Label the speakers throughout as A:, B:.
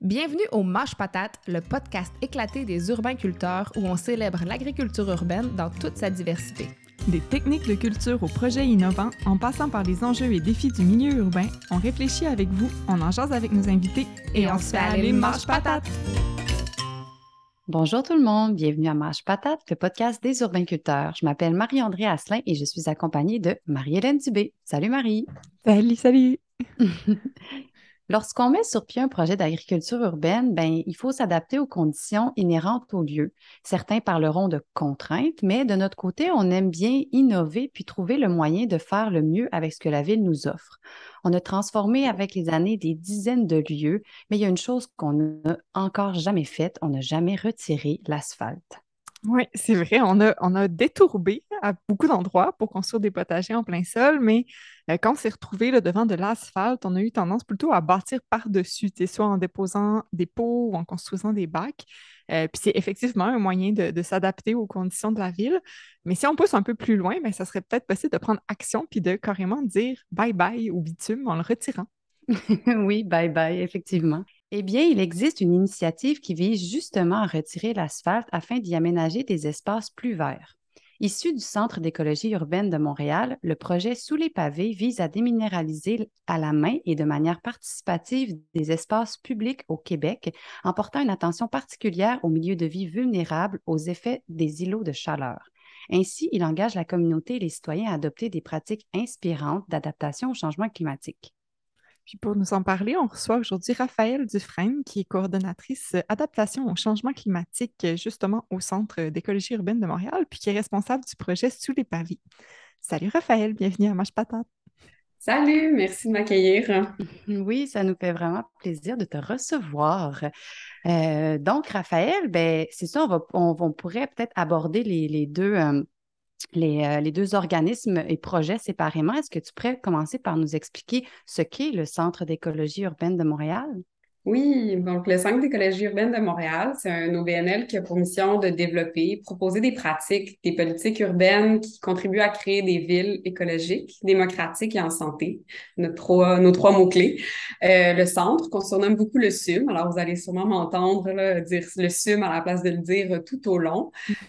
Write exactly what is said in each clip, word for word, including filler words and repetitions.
A: Bienvenue au Mâche Patate, le podcast éclaté des urbainculteurs où on célèbre l'agriculture urbaine dans toute sa diversité.
B: Des techniques de culture aux projets innovants, en passant par les enjeux et défis du milieu urbain, on réfléchit avec vous, on en jase avec nos invités
A: et, et on, on se fait aller Mâche Patate!
C: Bonjour tout le monde, bienvenue à Mâche Patate, le podcast des urbainculteurs. Je m'appelle Marie-Andrée Asselin et je suis accompagnée de Marie-Hélène Dubé. Salut Marie!
B: Salut, salut!
C: Lorsqu'on met sur pied un projet d'agriculture urbaine, ben, il faut s'adapter aux conditions inhérentes au lieu. Certains parleront de contraintes, mais de notre côté, on aime bien innover puis trouver le moyen de faire le mieux avec ce que la ville nous offre. On a transformé avec les années des dizaines de lieux, mais il y a une chose qu'on n'a encore jamais faite, on n'a jamais retiré l'asphalte.
B: Oui, c'est vrai, on a, on a détourbé à beaucoup d'endroits pour construire des potagers en plein sol, mais euh, quand on s'est retrouvé là, devant de l'asphalte, on a eu tendance plutôt à bâtir par-dessus, soit en déposant des pots ou en construisant des bacs. Euh, puis c'est effectivement un moyen de, de s'adapter aux conditions de la ville. Mais si on pousse un peu plus loin, bien, ça serait peut-être possible de prendre action puis de carrément dire bye-bye au bitume en le retirant.
C: Oui, bye-bye, effectivement. Eh bien, il existe une initiative qui vise justement à retirer l'asphalte afin d'y aménager des espaces plus verts. Issu du Centre d'écologie urbaine de Montréal, le projet Sous les pavés vise à déminéraliser à la main et de manière participative des espaces publics au Québec en portant une attention particulière aux milieux de vie vulnérables aux effets des îlots de chaleur. Ainsi, il engage la communauté et les citoyens à adopter des pratiques inspirantes d'adaptation au changement climatique.
B: Puis pour nous en parler, on reçoit aujourd'hui Raphaëlle Dufresne, qui est coordonnatrice adaptation au changement climatique, justement au Centre d'écologie urbaine de Montréal, puis qui est responsable du projet Sous les pavés. Salut Raphaëlle, bienvenue à Mâche Patate.
D: Salut, merci de m'accueillir.
C: Oui, ça nous fait vraiment plaisir de te recevoir. Euh, donc, Raphaëlle, ben, c'est ça, on, va, on, on pourrait peut-être aborder les, les deux... Euh, Les, euh, les deux organismes et projets séparément. Est-ce que tu pourrais commencer par nous expliquer ce qu'est le Centre d'écologie urbaine de Montréal?
D: Oui, donc le Centre d'écologie urbaine de Montréal, c'est un O B N L qui a pour mission de développer, proposer des pratiques, des politiques urbaines qui contribuent à créer des villes écologiques, démocratiques et en santé. Nos trois, nos trois mots-clés. Euh, le centre, qu'on surnomme beaucoup le S U M. Alors, vous allez sûrement m'entendre là, dire le S U M à la place de le dire tout au long.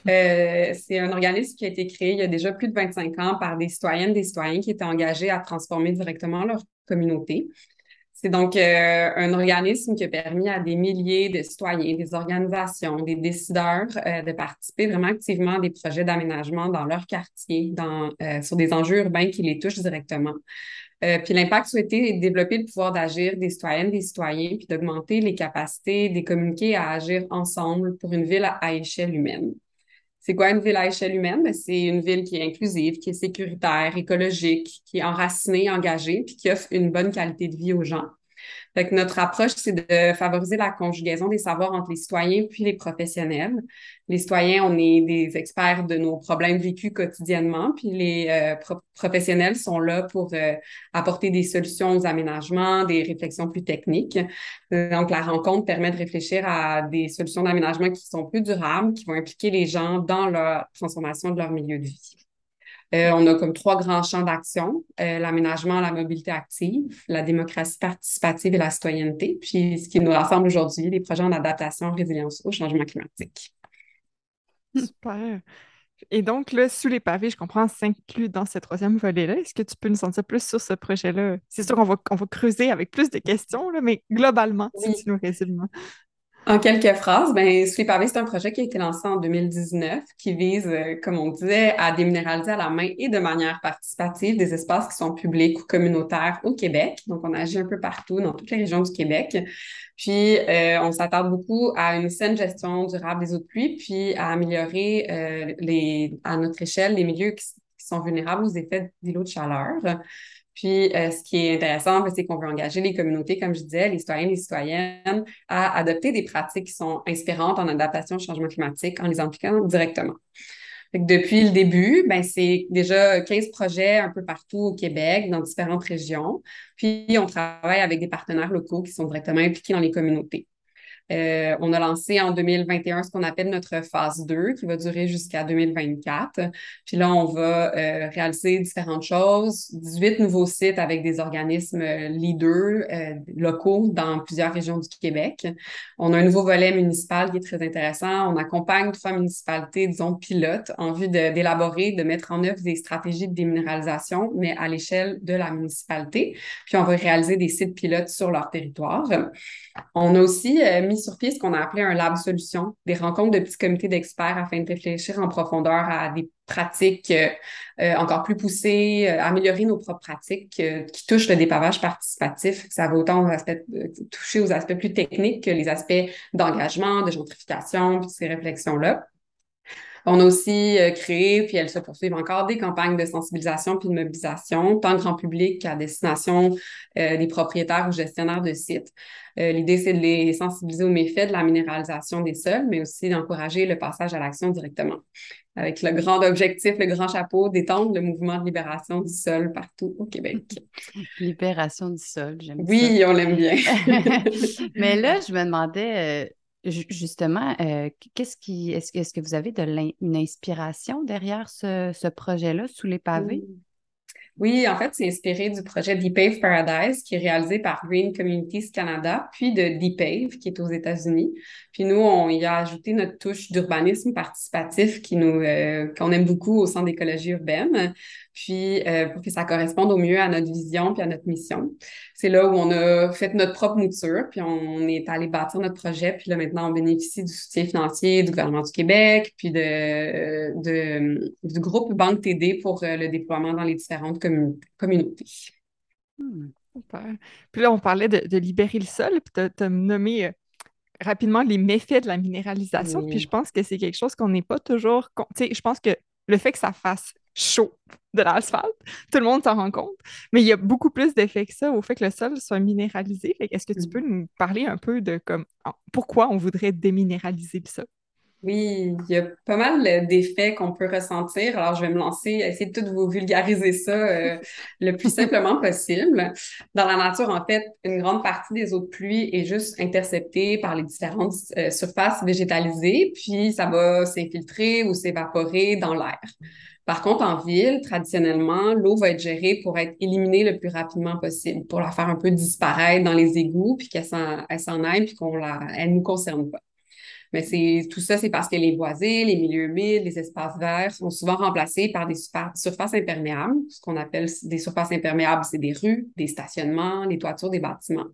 D: Euh, c'est un organisme qui a été créé il y a déjà plus de vingt-cinq ans par des citoyennes, des citoyens qui étaient engagés à transformer directement leur communauté. C'est donc euh, un organisme qui a permis à des milliers de citoyens, des organisations, des décideurs euh, de participer vraiment activement à des projets d'aménagement dans leur quartier, dans, euh, sur des enjeux urbains qui les touchent directement. Euh, puis l'impact souhaité est de développer le pouvoir d'agir des citoyennes, des citoyens, puis d'augmenter les capacités des communautés à agir ensemble pour une ville à, à échelle humaine. C'est quoi une ville à échelle humaine? Ben, c'est une ville qui est inclusive, qui est sécuritaire, écologique, qui est enracinée, engagée, puis qui offre une bonne qualité de vie aux gens. Fait que notre approche, c'est de favoriser la conjugaison des savoirs entre les citoyens puis les professionnels. Les citoyens, on est des experts de nos problèmes vécus quotidiennement, puis les euh, pro- professionnels sont là pour euh, apporter des solutions aux aménagements, des réflexions plus techniques. Donc, la rencontre permet de réfléchir à des solutions d'aménagement qui sont plus durables, qui vont impliquer les gens dans la transformation de leur milieu de vie. Euh, on a comme trois grands champs d'action, euh, l'aménagement, la mobilité active, la démocratie participative et la citoyenneté. Puis, ce qui nous rassemble aujourd'hui, les projets en adaptation, résilience au changement climatique.
B: Super. Et donc, là, Sous les pavés, je comprends, s'inclut dans ce troisième volet-là. Est-ce que tu peux nous en dire plus sur ce projet-là? C'est sûr qu'on va, on va creuser avec plus de questions, là, mais globalement, si
D: Oui.
B: tu nous résumes.
D: En quelques phrases, ben, Sous les pavés, c'est un projet qui a été lancé en deux mille dix-neuf qui vise, euh, comme on disait, à déminéraliser à la main et de manière participative des espaces qui sont publics ou communautaires au Québec. Donc, on agit un peu partout dans toutes les régions du Québec. Puis, euh, on s'attarde beaucoup à une saine gestion durable des eaux de pluie, puis à améliorer euh, les, à notre échelle les milieux qui, qui sont vulnérables aux effets d'îlots de chaleur. Puis, euh, ce qui est intéressant, c'est qu'on veut engager les communautés, comme je disais, les citoyens, les citoyennes, à adopter des pratiques qui sont inspirantes en adaptation au changement climatique en les impliquant directement. Fait que depuis le début, ben, c'est déjà quinze projets un peu partout au Québec, dans différentes régions. Puis, on travaille avec des partenaires locaux qui sont directement impliqués dans les communautés. Euh, on a lancé en deux mille vingt et un ce qu'on appelle notre phase deux, qui va durer jusqu'à deux mille vingt-quatre. Puis là, on va euh, réaliser différentes choses, dix-huit nouveaux sites avec des organismes euh, leaders euh, locaux dans plusieurs régions du Québec. On a un nouveau volet municipal qui est très intéressant. On accompagne trois municipalités, disons, pilotes, en vue de, d'élaborer, de mettre en œuvre des stratégies de déminéralisation, mais à l'échelle de la municipalité. Puis on va réaliser des sites pilotes sur leur territoire. On a aussi euh, mis sur pied ce qu'on a appelé un lab solution, des rencontres de petits comités d'experts afin de réfléchir en profondeur à des pratiques euh, euh, encore plus poussées, euh, améliorer nos propres pratiques euh, qui touchent le dépavage participatif. Ça va autant aux aspects, euh, toucher aux aspects plus techniques que les aspects d'engagement, de gentrification, puis ces réflexions-là. On a aussi euh, créé, puis elles se poursuivent encore, des campagnes de sensibilisation puis de mobilisation, tant grand public qu'à destination euh, des propriétaires ou gestionnaires de sites. Euh, l'idée, c'est de les sensibiliser aux méfaits de la minéralisation des sols, mais aussi d'encourager le passage à l'action directement. Avec le grand objectif, le grand chapeau, d'étendre le mouvement de libération du sol partout au Québec.
C: Libération du sol, j'aime ça.
D: Oui, on l'aime bien.
C: Mais là, je me demandais... Euh... Justement, euh, qu'est-ce qui, est-ce, est-ce que vous avez de l'in, une inspiration derrière ce, ce projet-là, Sous les pavés?
D: Oui, en fait, c'est inspiré du projet D-Pave Paradise qui est réalisé par Green Communities Canada, puis de D-Pave qui est aux États-Unis. Puis nous, on y a ajouté notre touche d'urbanisme participatif qui nous, euh, qu'on aime beaucoup au Centre d'écologie urbaine, puis euh, pour que ça corresponde au mieux à notre vision puis à notre mission. C'est là où on a fait notre propre mouture, puis on est allé bâtir notre projet, puis là maintenant on bénéficie du soutien financier du gouvernement du Québec, puis de, de du groupe Banque T D pour euh, le déploiement dans les différentes commun- communautés.
B: Hmm, super. Puis là, on parlait de, de libérer le sol, puis tu as nommé euh, rapidement les méfaits de la minéralisation,
D: Oui.
B: puis je pense que c'est quelque chose qu'on n'est pas toujours... con- Tu sais, je pense que le fait que ça fasse chaud de l'asphalte, tout le monde s'en rend compte, mais il y a beaucoup plus d'effets que ça au fait que le sol soit minéralisé. Fait que est-ce que tu peux nous parler un peu de comme pourquoi on voudrait déminéraliser le sol?
D: Oui, il y a pas mal d'effets qu'on peut ressentir. Alors, je vais me lancer, essayer de tout vous vulgariser ça euh, le plus simplement possible. Dans la nature, en fait, une grande partie des eaux de pluie est juste interceptée par les différentes euh, surfaces végétalisées, puis ça va s'infiltrer ou s'évaporer dans l'air. Par contre, en ville, traditionnellement, l'eau va être gérée pour être éliminée le plus rapidement possible, pour la faire un peu disparaître dans les égouts, puis qu'elle s'en, elle s'en aille, puis qu'on la, elle nous concerne pas. Mais c'est tout ça, c'est parce que les boisés, les milieux humides, les espaces verts sont souvent remplacés par des surfa- surfaces imperméables. Ce qu'on appelle des surfaces imperméables, c'est des rues, des stationnements, les toitures des bâtiments.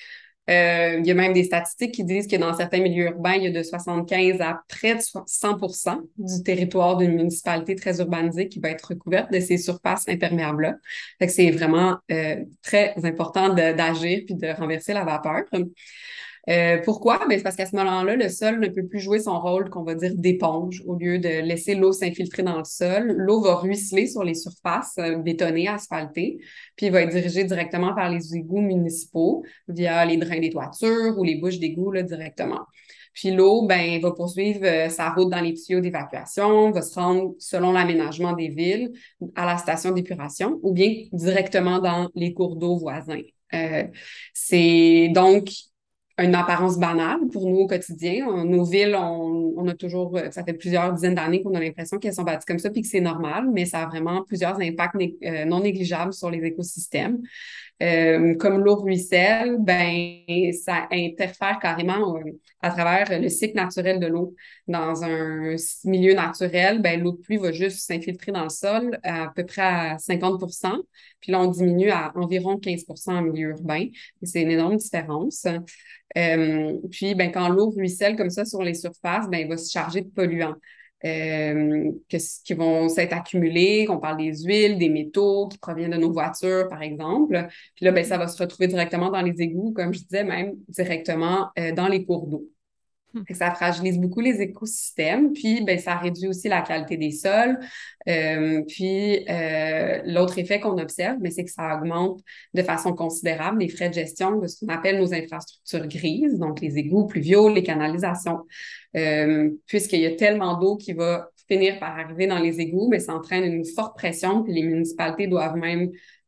D: Euh, il y a même des statistiques qui disent que dans certains milieux urbains, il y a de soixante-quinze à près de cent pour cent du territoire d'une municipalité très urbanisée qui va être recouverte de ces surfaces imperméables-là. Fait que c'est vraiment euh, très important de- d'agir puis de renverser la vapeur. Euh, pourquoi? Ben, c'est parce qu'à ce moment-là, le sol ne peut plus jouer son rôle qu'on va dire d'éponge. Au lieu de laisser l'eau s'infiltrer dans le sol, l'eau va ruisseler sur les surfaces euh, bétonnées, asphaltées, puis va être dirigée directement par les égouts municipaux via les drains des toitures ou les bouches d'égouts là, directement. Puis l'eau, ben, va poursuivre euh, sa route dans les tuyaux d'évacuation, va se rendre, selon l'aménagement des villes, à la station d'épuration ou bien directement dans les cours d'eau voisins. Euh, c'est donc une apparence banale pour nous au quotidien. On- nos villes, on, on a toujours, euh, ça fait plusieurs dizaines d'années qu'on a l'impression qu'elles sont bâties comme ça, puis que c'est normal, mais ça a vraiment plusieurs impacts né- euh, non négligeables sur les écosystèmes. Euh, comme l'eau ruisselle, ben ça interfère carrément euh, à travers le cycle naturel de l'eau. Dans un milieu naturel, ben l'eau de pluie va juste s'infiltrer dans le sol à, peu près à cinquante pour cent, puis là on diminue à environ quinze pour cent en milieu urbain. C'est une énorme différence. Euh, puis, ben, quand l'eau ruisselle comme ça sur les surfaces, ben, il va se charger de polluants euh, que, qui vont s'être accumulés. On parle des huiles, des métaux qui proviennent de nos voitures, par exemple. Puis là, ben, ça va se retrouver directement dans les égouts, comme je disais, même directement euh, dans les cours d'eau. Fait que ça fragilise beaucoup les écosystèmes, puis ben, ça réduit aussi la qualité des sols. Euh, puis euh, l'autre effet qu'on observe, ben, c'est que ça augmente de façon considérable les frais de gestion de ce qu'on appelle nos infrastructures grises, donc les égouts pluviaux, les canalisations. Euh, puisqu'il y a tellement d'eau qui va finir par arriver dans les égouts, mais ça entraîne une forte pression, puis les municipalités doivent même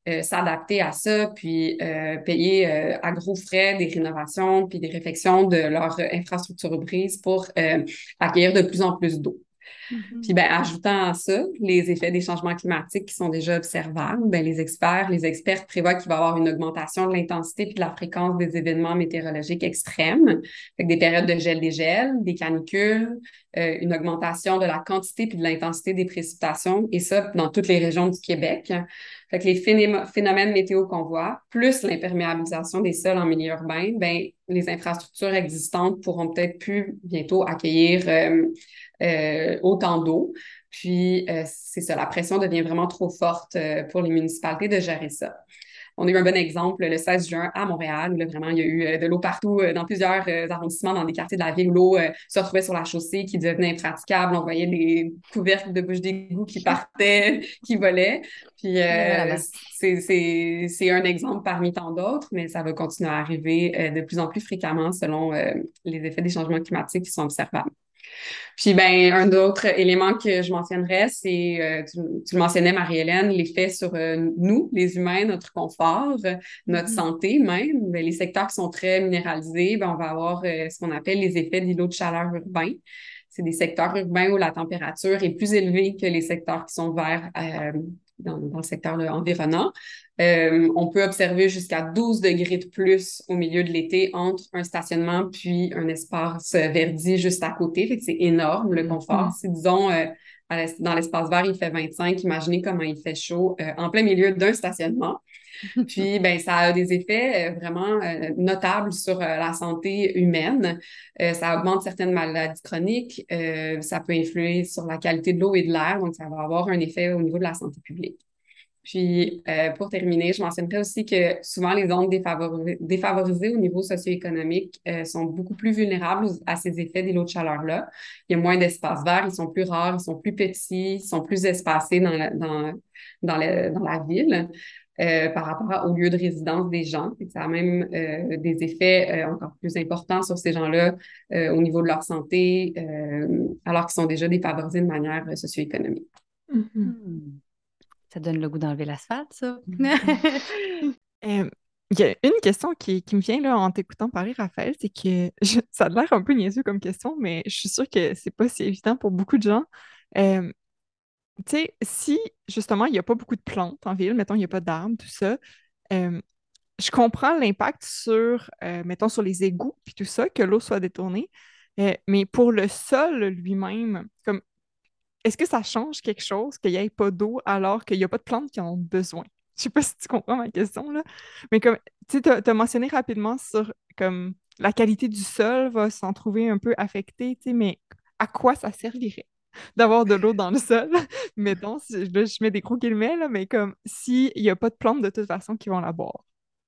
D: euh, s'adapter à ça, puis euh, payer euh, à gros frais des rénovations, puis des réfections de leur infrastructure brise pour euh, accueillir de plus en plus d'eau. Puis, ben, ajoutant à ça les effets des changements climatiques qui sont déjà observables, ben, les experts, les experts prévoient qu'il va y avoir une augmentation de l'intensité puis de la fréquence des événements météorologiques extrêmes, fait que des périodes de gel-dégel, des canicules, euh, une augmentation de la quantité puis de l'intensité des précipitations, et ça dans toutes les régions du Québec. Fait que les phénom- phénomènes météo qu'on voit, plus l'imperméabilisation des sols en milieu urbain, ben, les infrastructures existantes pourront peut-être plus bientôt accueillir euh, euh, autant d'eau. Puis, euh, c'est ça, la pression devient vraiment trop forte euh, pour les municipalités de gérer ça. On a eu un bon exemple le seize juin à Montréal, où là, vraiment, il y a eu euh, de l'eau partout euh, dans plusieurs euh, arrondissements, dans des quartiers de la ville où l'eau euh, se retrouvait sur la chaussée, qui devenait impraticable. On voyait des couvercles de bouches d'égout qui partaient, qui volaient. Puis, euh, c'est, c'est, c'est un exemple parmi tant d'autres, mais ça va continuer à arriver euh, de plus en plus fréquemment selon euh, les effets des changements climatiques qui sont observables. Puis, ben, un autre élément que je mentionnerais, c'est, euh, tu, tu le mentionnais, Marie-Hélène, l'effet sur euh, nous, les humains, notre confort, euh, notre
B: Mhm.
D: santé même. Ben, les secteurs qui sont très minéralisés, ben, on va avoir euh, ce qu'on appelle les effets d'îlots de chaleur urbains. C'est des secteurs urbains où la température est plus élevée que les secteurs qui sont verts euh, dans, dans le secteur là, environnant. Euh, on peut observer jusqu'à douze degrés de plus au milieu de l'été entre un stationnement puis un espace verdi juste à côté. Fait que c'est énorme, le confort.
B: Mhm.
D: Si, disons, euh, à l'es- dans l'espace vert, il fait vingt-cinq, imaginez comment il fait chaud euh, en plein milieu d'un stationnement. Puis, ben, ça a des effets euh, vraiment euh, notables sur euh, la santé humaine. Euh, ça augmente certaines maladies chroniques. Euh, ça peut influer sur la qualité de l'eau et de l'air. Donc, ça va avoir un effet au niveau de la santé publique. Puis, euh, pour terminer, je mentionnerais aussi que souvent les zones défavorisées, défavorisées au niveau socio-économique euh, sont beaucoup plus vulnérables à ces effets d'îlots de chaleur-là. Il y a moins d'espaces verts, ils sont plus rares, ils sont plus petits, ils sont plus espacés dans la, dans, dans le- dans la ville euh, par rapport au lieu de résidence des gens. Et ça a même euh, des effets euh, encore plus importants sur ces gens-là euh, au niveau de leur santé, euh, alors qu'ils sont déjà défavorisés de manière euh, socio-économique.
B: Mhm.
C: Hmm. Ça donne le goût d'enlever l'asphalte, ça.
B: Euh, Il y a une question qui, qui me vient là, en t'écoutant parler, Raphaël, c'est que je- ça a l'air un peu niaiseux comme question, mais je suis sûre que c'est pas si évident pour beaucoup de gens. Euh, Tu sais, si justement il n'y a pas beaucoup de plantes en ville, mettons il n'y a pas d'arbres, tout ça, euh, je comprends l'impact sur, euh, mettons, sur les égouts puis tout ça, que l'eau soit détournée, euh, mais pour le sol lui-même, comme est-ce que ça change quelque chose qu'il n'y ait pas d'eau alors qu'il n'y a pas de plantes qui en ont besoin? Je sais pas si tu comprends ma question, là. Mais comme, tu sais, t'as, t'as mentionné rapidement sur, comme, la qualité du sol va s'en trouver un peu affectée, tu sais, mais à quoi ça servirait d'avoir de l'eau dans le sol? Mettons, si- là, je mets des gros guillemets, là, mais comme, s'il n'y a pas de plantes de toute façon qui vont la boire.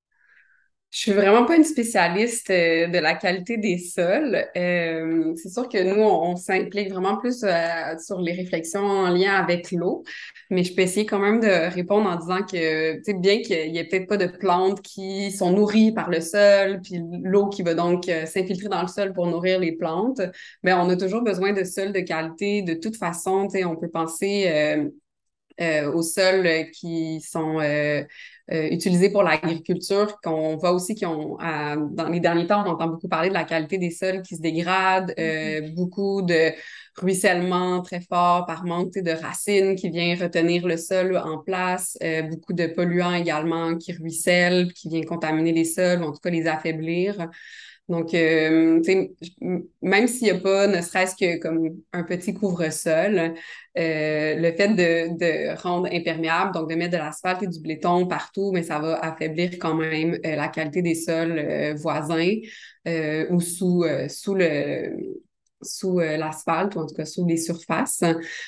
D: Je suis vraiment pas une spécialiste euh, de la qualité des sols. Euh, c'est sûr que nous, on, on s'implique vraiment plus euh, sur les réflexions en lien avec l'eau, mais je peux essayer quand même de répondre en disant que, tu sais, bien qu'il y ait peut-être pas de plantes qui sont nourries par le sol, puis l'eau qui va donc euh, s'infiltrer dans le sol pour nourrir les plantes, mais on a toujours besoin de sols de qualité. De toute façon, tu sais, on peut penser euh, euh, aux sols euh, qui sont euh, euh, utilisés pour l'agriculture, qu'on voit aussi qu'ils ont, euh, dans les derniers temps, on entend beaucoup parler de la qualité des sols qui se dégradent, euh, beaucoup de ruissellement très fort par manque de racines qui vient retenir le sol en place, euh, beaucoup de polluants également qui ruissellent, qui viennent contaminer les sols, ou en tout cas les affaiblir. Donc, euh, tu sais, m- même s'il n'y a pas, ne serait-ce que comme un petit couvre-sol, euh, le fait de, de rendre imperméable, donc de mettre de l'asphalte et du béton partout, mais ça va affaiblir quand même euh, la qualité des sols euh, voisins euh, ou sous, euh, sous le sous euh, l'asphalte, ou en tout cas sous les surfaces.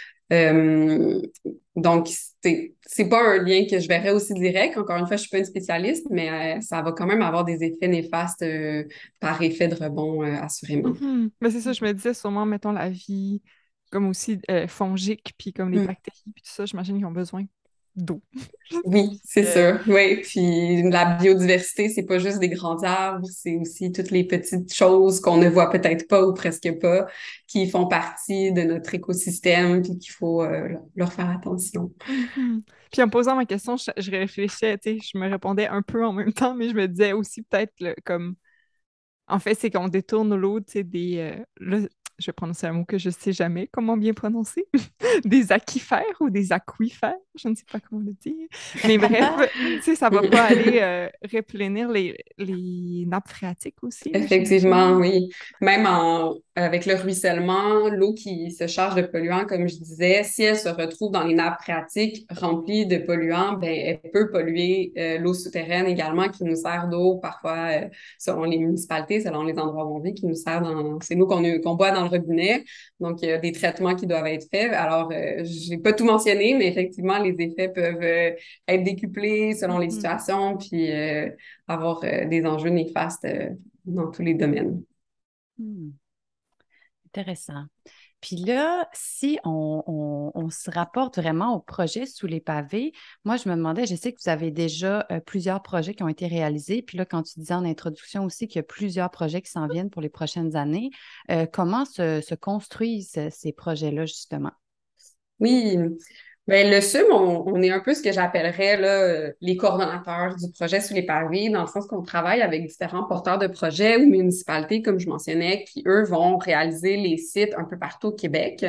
D: Euh, donc, c'est, c'est pas un lien que je verrais aussi direct. Encore une fois, je suis pas une spécialiste, mais euh, ça va quand même avoir des effets néfastes euh, par effet de rebond, euh, assurément.
B: Mhm. Mais c'est ça, je me disais sûrement, mettons, la vie, comme aussi euh, fongique, puis comme les
D: Mm.
B: bactéries, puis tout ça, j'imagine qu'ils ont besoin d'eau.
D: Oui, c'est
B: Euh,
D: sûr. Oui, puis la biodiversité, c'est pas juste des grands arbres, c'est aussi toutes les petites choses qu'on ne voit peut-être pas ou presque pas, qui font partie de notre écosystème, puis qu'il faut euh, leur faire attention.
B: mhm. Puis en posant ma question, je, je réfléchissais, tu sais, je me répondais un peu en même temps, mais je me disais aussi peut-être le- comme en fait, c'est qu'on détourne l'eau, tu sais, des... euh, là, je vais prononcer un mot que je ne sais jamais comment bien prononcer. Des aquifères ou des aquifères, je ne sais pas comment le dire. Mais bref, tu sais, ça ne va pas aller euh, replénir les, les nappes phréatiques aussi, là,
D: Effectivement,
B: j'imagine.
D: oui. Même en, avec le ruissellement, l'eau qui se charge de polluants, comme je disais, si elle se retrouve dans les nappes phréatiques remplies de polluants, ben, elle peut polluer euh, l'eau souterraine également, qui nous sert d'eau parfois, euh, selon les municipalités, selon les endroits où on vit, qui nous sert dans... C'est l'eau qu'on qu'on boit dans le robinet. Donc, il y a des traitements qui doivent être faits. Alors, euh, j'ai pas tout mentionné, mais effectivement, les effets peuvent euh, être décuplés selon les
B: Mhm.
D: situations, puis euh, avoir euh, des enjeux néfastes. Euh, dans tous les domaines.
C: Hmm, intéressant. Puis là, si on, on- on se rapporte vraiment au projet sous les pavés, moi, je me demandais, je sais que vous avez déjà euh, plusieurs projets qui ont été réalisés, puis là, quand tu disais en introduction aussi qu'il y a plusieurs projets qui s'en viennent pour les prochaines années, euh, comment se, se construisent euh, ces projets-là, justement?
D: Oui, ben le S U M, on, on est un peu ce que j'appellerais là, euh, les coordonnateurs du projet sous les pavés, dans le sens qu'on travaille avec différents porteurs de projets ou municipalités, comme je mentionnais, qui, eux, vont réaliser les sites un peu partout au Québec.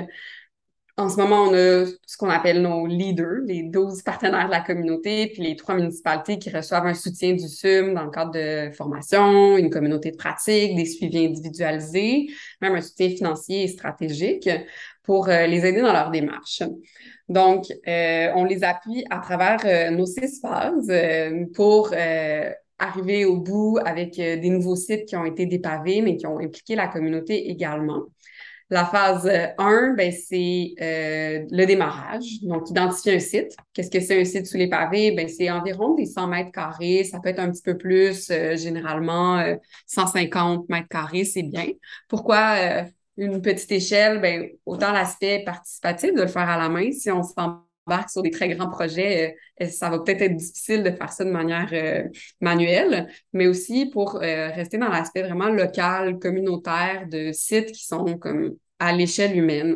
D: En ce moment, on a ce qu'on appelle nos leaders, les douze partenaires de la communauté, puis les trois municipalités qui reçoivent un soutien du S U M dans le cadre de formation, une communauté de pratique, des suivis individualisés, même un soutien financier et stratégique pour euh, les aider dans leur démarche. Donc, euh, on les appuie à travers euh, nos six phases euh, pour euh, arriver au bout avec euh, des nouveaux sites qui ont été dépavés, mais qui ont impliqué la communauté également. La phase un, ben, c'est euh, le démarrage. Donc, identifier un site. Qu'est-ce que c'est un site sous les pavés? Ben, c'est environ des cent mètres carrés. Ça peut être un petit peu plus, euh, généralement euh, cent cinquante mètres carrés, c'est bien. Pourquoi euh, une petite échelle? Ben, autant l'aspect participatif de le faire à la main. Si on s'embarque sur des très grands projets, euh, ça va peut-être être difficile de faire ça de manière euh, manuelle, mais aussi pour euh, rester dans l'aspect vraiment local, communautaire de sites qui sont comme à l'échelle humaine.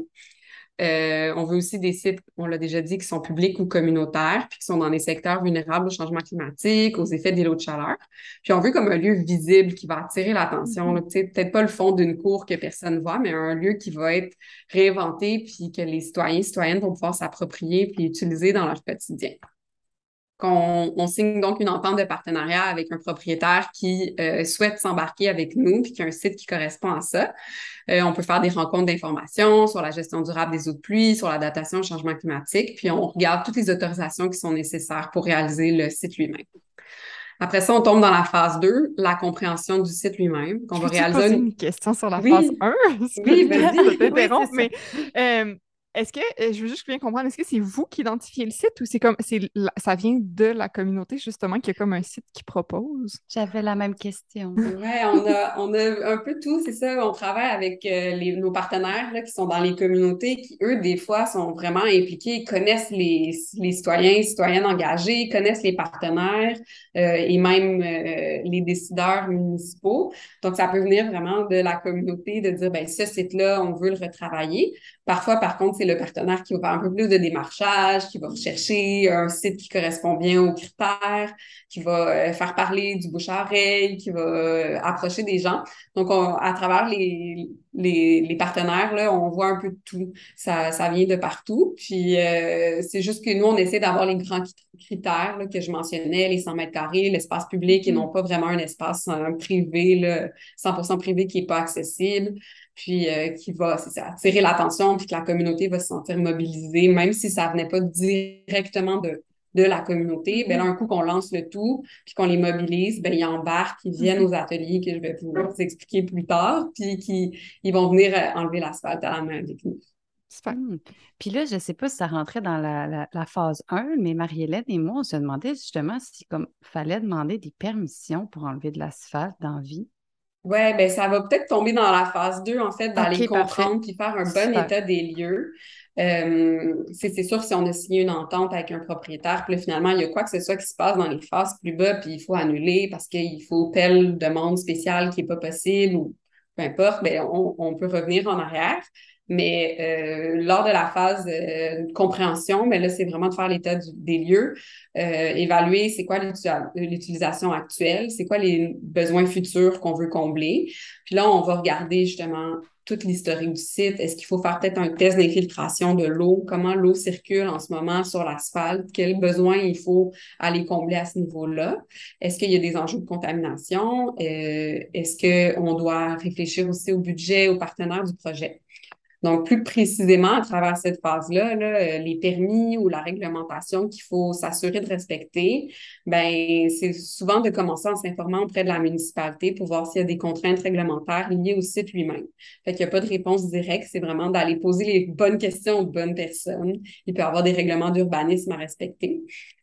D: Euh, on veut aussi des sites, on l'a déjà dit, qui sont publics ou communautaires, puis qui sont dans des secteurs vulnérables au changement climatique, aux effets d'îlots de chaleur. Puis on veut comme un lieu visible qui va attirer l'attention.
B: Mhm.
D: Tu sais, peut-être pas le fond d'une cour que personne voit, mais un lieu qui va être réinventé, puis que les citoyens et citoyennes vont pouvoir s'approprier puis utiliser dans leur quotidien. Qu'on, on signe donc une entente de partenariat avec un propriétaire qui euh, souhaite s'embarquer avec nous puis qui a un site qui correspond à ça. Euh, on peut faire des rencontres d'information sur la gestion durable des eaux de pluie, sur la datation au changement climatique, puis on regarde toutes les autorisations qui sont nécessaires pour réaliser le site lui-même. Après ça, on tombe dans la phase deux, la compréhension du site lui-même, qu'on
B: Je
D: va
B: peux-tu te
D: réaliser
B: poser
D: une...
B: une question sur la phase
D: Oui,
B: un?
D: oui,
B: Je
D: vas-y.
C: Oui, c'est
B: t'interromps,
C: ça.
B: mais euh, est-ce que, euh, je veux juste bien comprendre, est-ce que c'est vous qui identifiez le site ou c'est comme, c'est la- ça vient de la communauté justement qu'il y a comme un site qui propose?
C: J'avais la même question.
D: Ouais, on a, on a un peu tout, c'est ça. On travaille avec euh, les, nos partenaires là, qui sont dans les communautés, qui, eux, des fois, sont vraiment impliqués, connaissent les, les citoyens et citoyennes engagés, connaissent les partenaires euh, et même euh, les décideurs municipaux. Donc, ça peut venir vraiment de la communauté de dire, ben ce site-là, on veut le retravailler. Parfois, par contre, c'est le partenaire qui va faire un peu plus de démarchage, qui va rechercher un site qui correspond bien aux critères, qui va euh, faire parler du bouche à oreille, qui va euh, approcher des gens. Donc, on, à travers les, les, les partenaires, là, on voit un peu de tout. Ça, ça vient de partout. Puis, euh, c'est juste que nous, on essaie d'avoir les grands critères là, que je mentionnais, les cent mètres carrés, l'espace public et non
B: Mhm.
D: pas vraiment un espace euh, privé, là, cent pour cent privé qui n'est pas accessible. Puis, euh, qui va, c'est ça, attirer l'attention, puis que la communauté va se sentir mobilisée, même si ça venait pas directement de de la communauté, ben là,
B: Mhm.
D: un coup qu'on lance le tout, puis qu'on les mobilise, ben ils embarquent, ils viennent
B: Mhm.
D: aux ateliers que je vais pouvoir vous expliquer plus tard, puis qui, ils vont venir euh, enlever l'asphalte à la main avec nous.
B: Super.
C: Hmm. Puis là, je ne sais pas si ça rentrait dans la, la- la phase un, mais Marie-Hélène et moi, on se demandait justement si comme fallait demander des permissions pour enlever de l'asphalte dans la vie.
D: Ouais, ben ça va peut-être tomber dans la phase deux, en fait, d'aller
C: OK, parfait.
D: comprendre puis faire un bon
C: Super.
D: état des lieux. Euh, c'est c'est sûr, si on a signé une entente avec un propriétaire, puis là, finalement, il y a quoi que ce soit qui se passe dans les phases plus bas, puis il faut annuler parce qu'il faut telle demande spéciale qui n'est pas possible ou peu importe, ben on, on peut revenir en arrière. Mais euh, lors de la phase euh, de compréhension, mais là, c'est vraiment de faire l'état du- des lieux, euh, évaluer c'est quoi l'util- l'utilisation actuelle, c'est quoi les besoins futurs qu'on veut combler. Puis là, on va regarder justement toute l'historique du site. Est-ce qu'il faut faire peut-être un test d'infiltration de l'eau? Comment l'eau circule en ce moment sur l'asphalte? Quels besoins il faut aller combler à ce niveau-là? Est-ce qu'il y a des enjeux de contamination? Euh, est-ce qu'on doit réfléchir aussi au budget, aux partenaires du projet? Donc, plus précisément, à travers cette phase-là, là, euh, les permis ou la réglementation qu'il faut s'assurer de respecter, ben, c'est souvent de commencer en s'informant auprès de la municipalité pour voir s'il y a des contraintes réglementaires liées au site lui-même. Fait qu'il n'y a pas de réponse directe, c'est vraiment d'aller poser les bonnes questions aux bonnes personnes. Il peut y avoir des règlements d'urbanisme à respecter.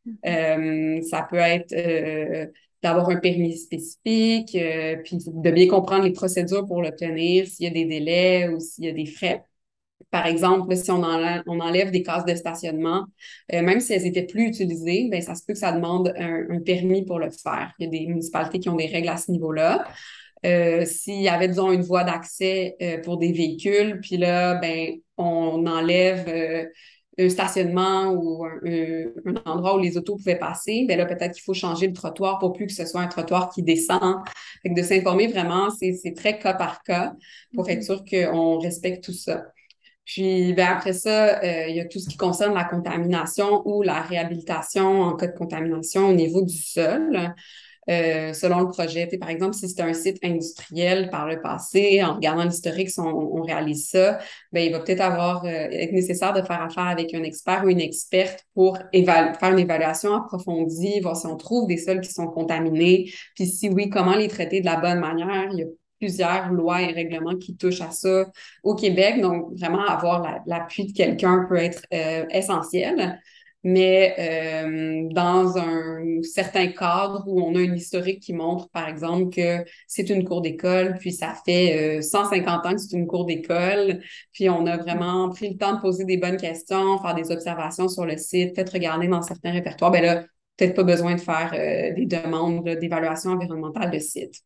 D: Euh, ça peut être euh, d'avoir un permis spécifique, euh, puis de bien comprendre les procédures pour l'obtenir, s'il y a des délais ou s'il y a des frais. Par exemple, là, si on enlève, on enlève des cases de stationnement, euh, même si elles étaient plus utilisées, ben, ça se peut que ça demande un, un permis pour le faire. Il y a des municipalités qui ont des règles à ce niveau-là. Euh, s'il y avait, disons, une voie d'accès euh, pour des véhicules, puis là, ben, on enlève euh, un stationnement ou un, un- un endroit où les autos pouvaient passer, ben là, peut-être qu'il faut changer le trottoir pour plus que ce soit un trottoir qui descend. Fait que de s'informer vraiment, c'est, c'est très cas par cas pour être sûr qu'on respecte tout ça. Puis, ben après ça, euh, il y a tout ce qui concerne la contamination ou la réhabilitation en cas de contamination au niveau du sol. Euh, selon le projet. Tu sais, par exemple, si c'est un site industriel par le passé, en regardant l'historique, si on, on réalise ça, ben, il va peut-être avoir euh, être nécessaire de faire affaire avec un expert ou une experte pour évalu- faire une évaluation approfondie, voir si on trouve des sols qui sont contaminés, puis si oui, comment les traiter de la bonne manière. Il y a plusieurs lois et règlements qui touchent à ça au Québec. Donc, vraiment, avoir la- l'appui de quelqu'un peut être euh, essentiel. Mais euh, dans un certain cadre où on a un historique qui montre, par exemple, que c'est une cour d'école, puis ça fait euh, cent cinquante ans que c'est une cour d'école, puis on a vraiment pris le temps de poser des bonnes questions, faire des observations sur le site, peut-être regarder dans certains répertoires, ben là, peut-être pas besoin de faire euh, des demandes là, d'évaluation environnementale de site.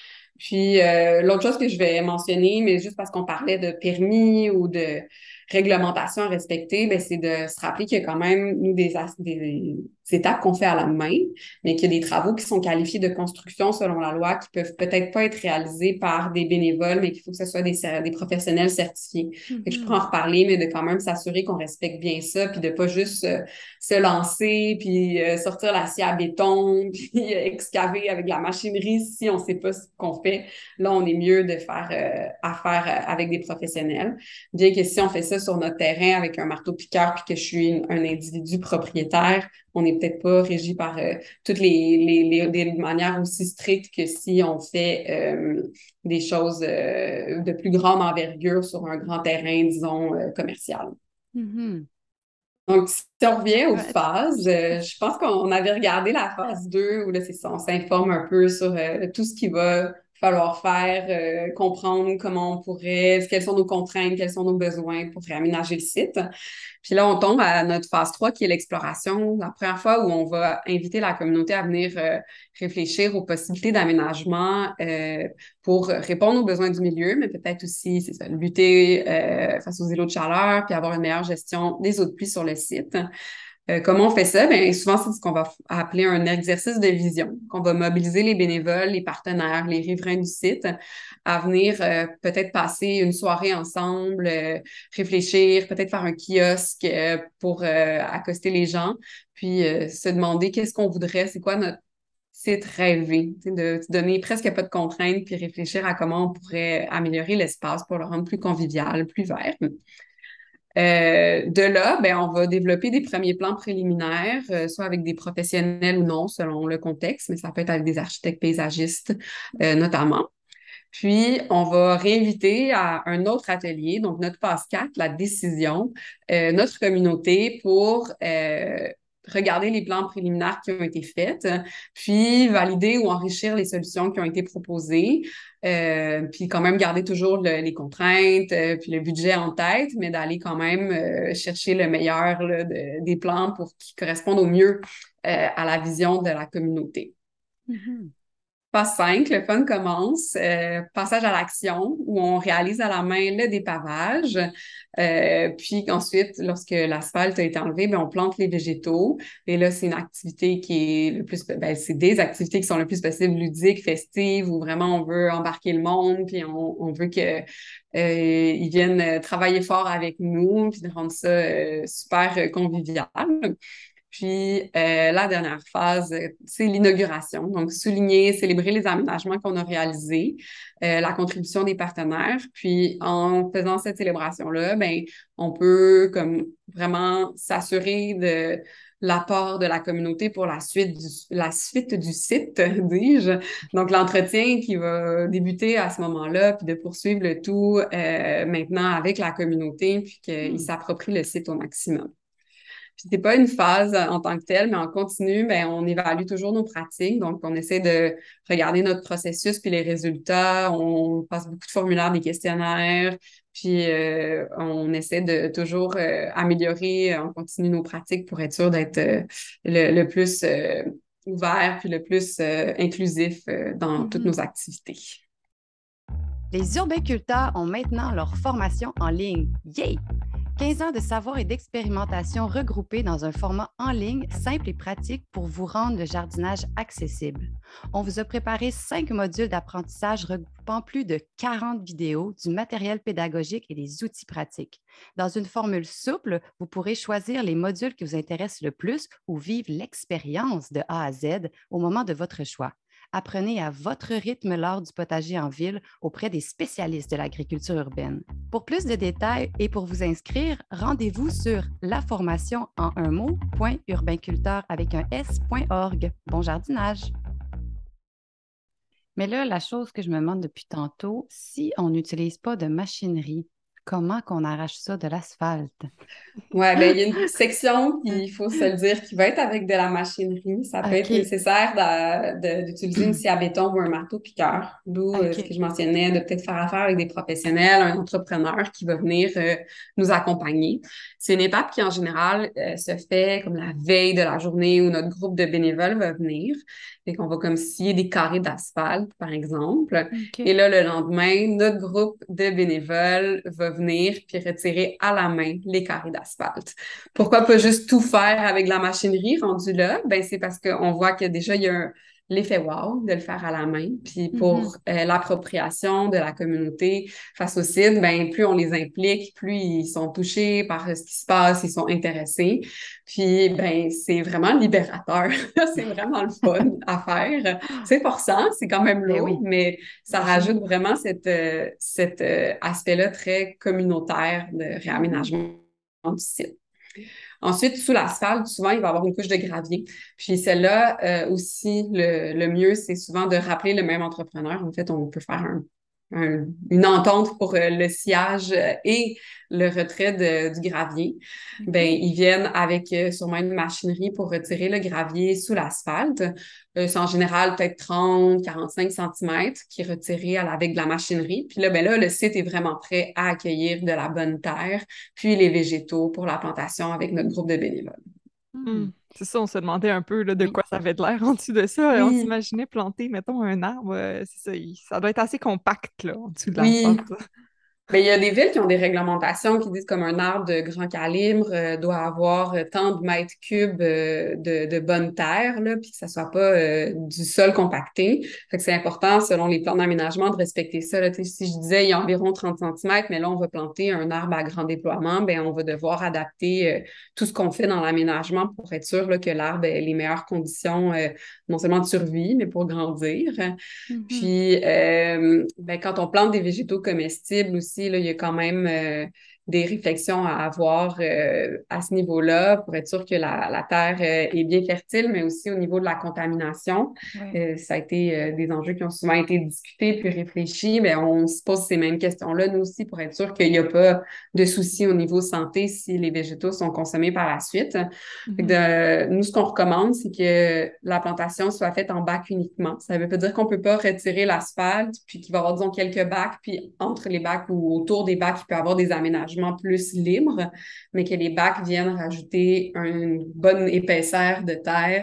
D: Puis euh, l'autre chose que je vais mentionner, mais juste parce qu'on parlait de permis ou de réglementation à respecter, ben, c'est de se rappeler qu'il y a quand même, nous, des, as- des, des étapes qu'on fait à la main, mais qu'il y a des travaux qui sont qualifiés de construction selon la loi, qui peuvent peut-être pas être réalisés par des bénévoles, mais qu'il faut que ce soit des, cer- des professionnels certifiés. Fait que je pourrais en reparler, mais de quand même s'assurer qu'on respecte bien ça, puis de pas juste euh, se lancer, puis euh, sortir l'acier à béton, puis euh, excaver avec de la machinerie si on sait pas ce qu'on fait. Là, on est mieux de faire euh, affaire euh, avec des professionnels. Bien que si on fait ça sur notre terrain avec un marteau-piqueur puis que je suis une- un individu propriétaire, on n'est peut-être pas régi par euh, toutes les, les, les, des manières aussi strictes que si on fait euh, des choses euh, de plus grande envergure sur un grand terrain, disons, euh, commercial.
C: Mhm.
D: Donc, si on revient aux
C: Ouais.
D: phases, euh, je pense qu'on avait regardé la phase deux où là, c'est ça, on s'informe un peu sur euh, tout ce qu'il va falloir faire, euh, comprendre comment on pourrait, quelles sont nos contraintes, quels sont nos besoins pour réaménager le site. Puis là, on tombe à notre phase trois qui est l'exploration, la première fois où on va inviter la communauté à venir euh, réfléchir aux possibilités d'aménagement euh, pour répondre aux besoins du milieu, mais peut-être aussi, c'est ça, lutter euh, face aux îlots de chaleur, puis avoir une meilleure gestion des eaux de pluie sur le site. Euh, comment on fait ça? Bien, souvent, c'est ce qu'on va f- appeler un exercice de vision, qu'on va mobiliser les bénévoles, les partenaires, les riverains du site à venir euh, peut-être passer une soirée ensemble, euh, réfléchir, peut-être faire un kiosque euh, pour euh, accoster les gens, puis euh, se demander qu'est-ce qu'on voudrait, c'est quoi notre site rêvé, tu sais, de se donner presque pas de contraintes, puis réfléchir à comment on pourrait améliorer l'espace pour le rendre plus convivial, plus vert. Euh, de là, ben, on va développer des premiers plans préliminaires, euh, soit avec des professionnels ou non, selon le contexte, mais ça peut être avec des architectes paysagistes euh, notamment. Puis, on va réinviter à un autre atelier, donc notre phase quatre, la décision, euh, notre communauté pour euh, regarder les plans préliminaires qui ont été faits, puis valider ou enrichir les solutions qui ont été proposées, euh, puis quand même garder toujours le- les contraintes, euh, puis le budget en tête, mais d'aller quand même euh, chercher le meilleur là, de- des plans pour qu'ils correspondent au mieux euh, à la vision de la communauté.
C: Mhm.
D: Phase cinq, le fun commence. Euh, passage à l'action où on réalise à la main le dépavage. Euh, puis ensuite, lorsque l'asphalte a été enlevé, ben, on plante les végétaux. Et là, c'est une activité qui est le plus... Ben, c'est des activités qui sont le plus possible ludiques, festives, où vraiment on veut embarquer le monde, puis on, on veut que euh, ils viennent travailler fort avec nous, puis de rendre ça euh, super euh, convivial. Puis euh, la dernière phase, c'est l'inauguration. Donc, souligner, célébrer les aménagements qu'on a réalisés, euh, la contribution des partenaires. Puis en faisant cette célébration-là, ben, on peut comme vraiment s'assurer de l'apport de la communauté pour la suite du, la suite du site, dis-je. Donc, l'entretien qui va débuter à ce moment-là, puis de poursuivre le tout euh, maintenant avec la communauté, puis qu'ils s'approprient le site au maximum. Puis c'est pas une phase en tant que telle, mais en continu, ben on évalue toujours nos pratiques. Donc, on essaie de regarder notre processus puis les résultats. On passe beaucoup de formulaires, des questionnaires, puis euh, on essaie de toujours euh, améliorer en continu nos pratiques pour être sûr d'être euh, le, le plus euh, ouvert puis le plus euh, inclusif euh, dans mm-hmm. toutes nos activités.
C: Les urbainculteurs ont maintenant leur formation en ligne. Yay! quinze ans de savoir et d'expérimentation regroupés dans un format en ligne simple et pratique pour vous rendre le jardinage accessible. On vous a préparé cinq modules d'apprentissage regroupant plus de quarante vidéos, du matériel pédagogique et des outils pratiques. Dans une formule souple, vous pourrez choisir les modules qui vous intéressent le plus ou vivre l'expérience de A à Z au moment de votre choix. Apprenez à votre rythme l'art du potager en ville auprès des spécialistes de l'agriculture urbaine. Pour plus de détails et pour vous inscrire, rendez-vous sur la formation en un mot point urbainculteur avec un s point org. Bon jardinage! Mais là, la chose que je me demande depuis tantôt, si on n'utilise pas de machinerie, comment qu'on arrache ça de l'asphalte?
D: Ouais, ben il y a une section, puis il faut se le dire, qui va être avec de la machinerie. Ça peut okay. être nécessaire de, de, d'utiliser une scie à béton ou un marteau-piqueur, d'où okay. euh, ce que je mentionnais, de peut-être faire affaire avec des professionnels, un entrepreneur qui va venir euh, nous accompagner. C'est une étape qui, en général, euh, se fait comme la veille de la journée où notre groupe de bénévoles va venir. Fait qu'on va comme scier des carrés d'asphalte, par exemple. Okay. Et là, le lendemain, notre groupe de bénévoles va venir puis retirer à la main les carrés d'asphalte. Pourquoi pas juste tout faire avec de la machinerie rendue là? Ben, c'est parce qu'on voit que déjà, il y a un, l'effet wow de le faire à la main. Puis pour mm-hmm. euh, l'appropriation de la communauté face au site, ben, plus on les implique, plus ils sont touchés par ce qui se passe, ils sont intéressés. Puis, ben, c'est vraiment libérateur. C'est vraiment le fun à faire. C'est forçant, c'est quand même lourd, oui. mais ça rajoute vraiment cette, euh, cet euh, aspect-là très communautaire de réaménagement du site. Ensuite, sous l'asphalte, souvent, il va y avoir une couche de gravier. Puis celle-là euh, aussi, le, le mieux, c'est souvent de rappeler le même entrepreneur. En fait, on peut faire un, un, une entente pour euh, le sciage et le retrait de, du gravier. Mm-hmm. Ben, ils viennent avec euh, sûrement une machinerie pour retirer le gravier sous l'asphalte. Euh, c'est en général peut-être trente à quarante-cinq centimètres qui est retiré à la, avec de la machinerie. Puis là, ben là, le site est vraiment prêt à accueillir de la bonne terre, puis les végétaux pour la plantation avec notre groupe de bénévoles.
B: Mmh. C'est ça, on se demandait un peu là, de quoi ça avait de l'air en dessous de ça. Oui. On s'imaginait planter, mettons, un arbre. Euh, c'est ça, il, ça doit être assez compact là, en dessous de l'asphalte.
D: Oui. Bien, il y a des villes qui ont des réglementations qui disent comme un arbre de grand calibre euh, doit avoir euh, tant de mètres cubes euh, de, de bonne terre, là, puis que ça soit pas euh, du sol compacté. Fait que c'est important, selon les plans d'aménagement, de respecter ça. Là. Si je disais il y a environ trente centimètres, mais là, on va planter un arbre à grand déploiement, ben on va devoir adapter euh, tout ce qu'on fait dans l'aménagement pour être sûr là, que l'arbre ait les meilleures conditions, euh, non seulement de survie, mais pour grandir. Mm-hmm. Puis, euh, ben, quand on plante des végétaux comestibles aussi, là, il y a quand même euh, des réflexions à avoir euh, à ce niveau-là pour être sûr que la, la terre euh, est bien fertile, mais aussi au niveau de la contamination. Ouais. Euh, ça a été euh, des enjeux qui ont souvent été discutés puis réfléchis, mais on se pose ces mêmes questions-là, nous aussi, pour être sûr qu'il n'y a pas de soucis au niveau santé si les végétaux sont consommés par la suite. Mm-hmm. De, nous, ce qu'on recommande, c'est que la plantation soit faite en bac uniquement. Ça ne veut pas dire qu'on ne peut pas retirer l'asphalte, puis qu'il va y avoir, disons, quelques bacs, puis entre les bacs ou autour des bacs, il peut y avoir des aménagements plus libres, mais que les bacs viennent rajouter une bonne épaisseur de terre, puis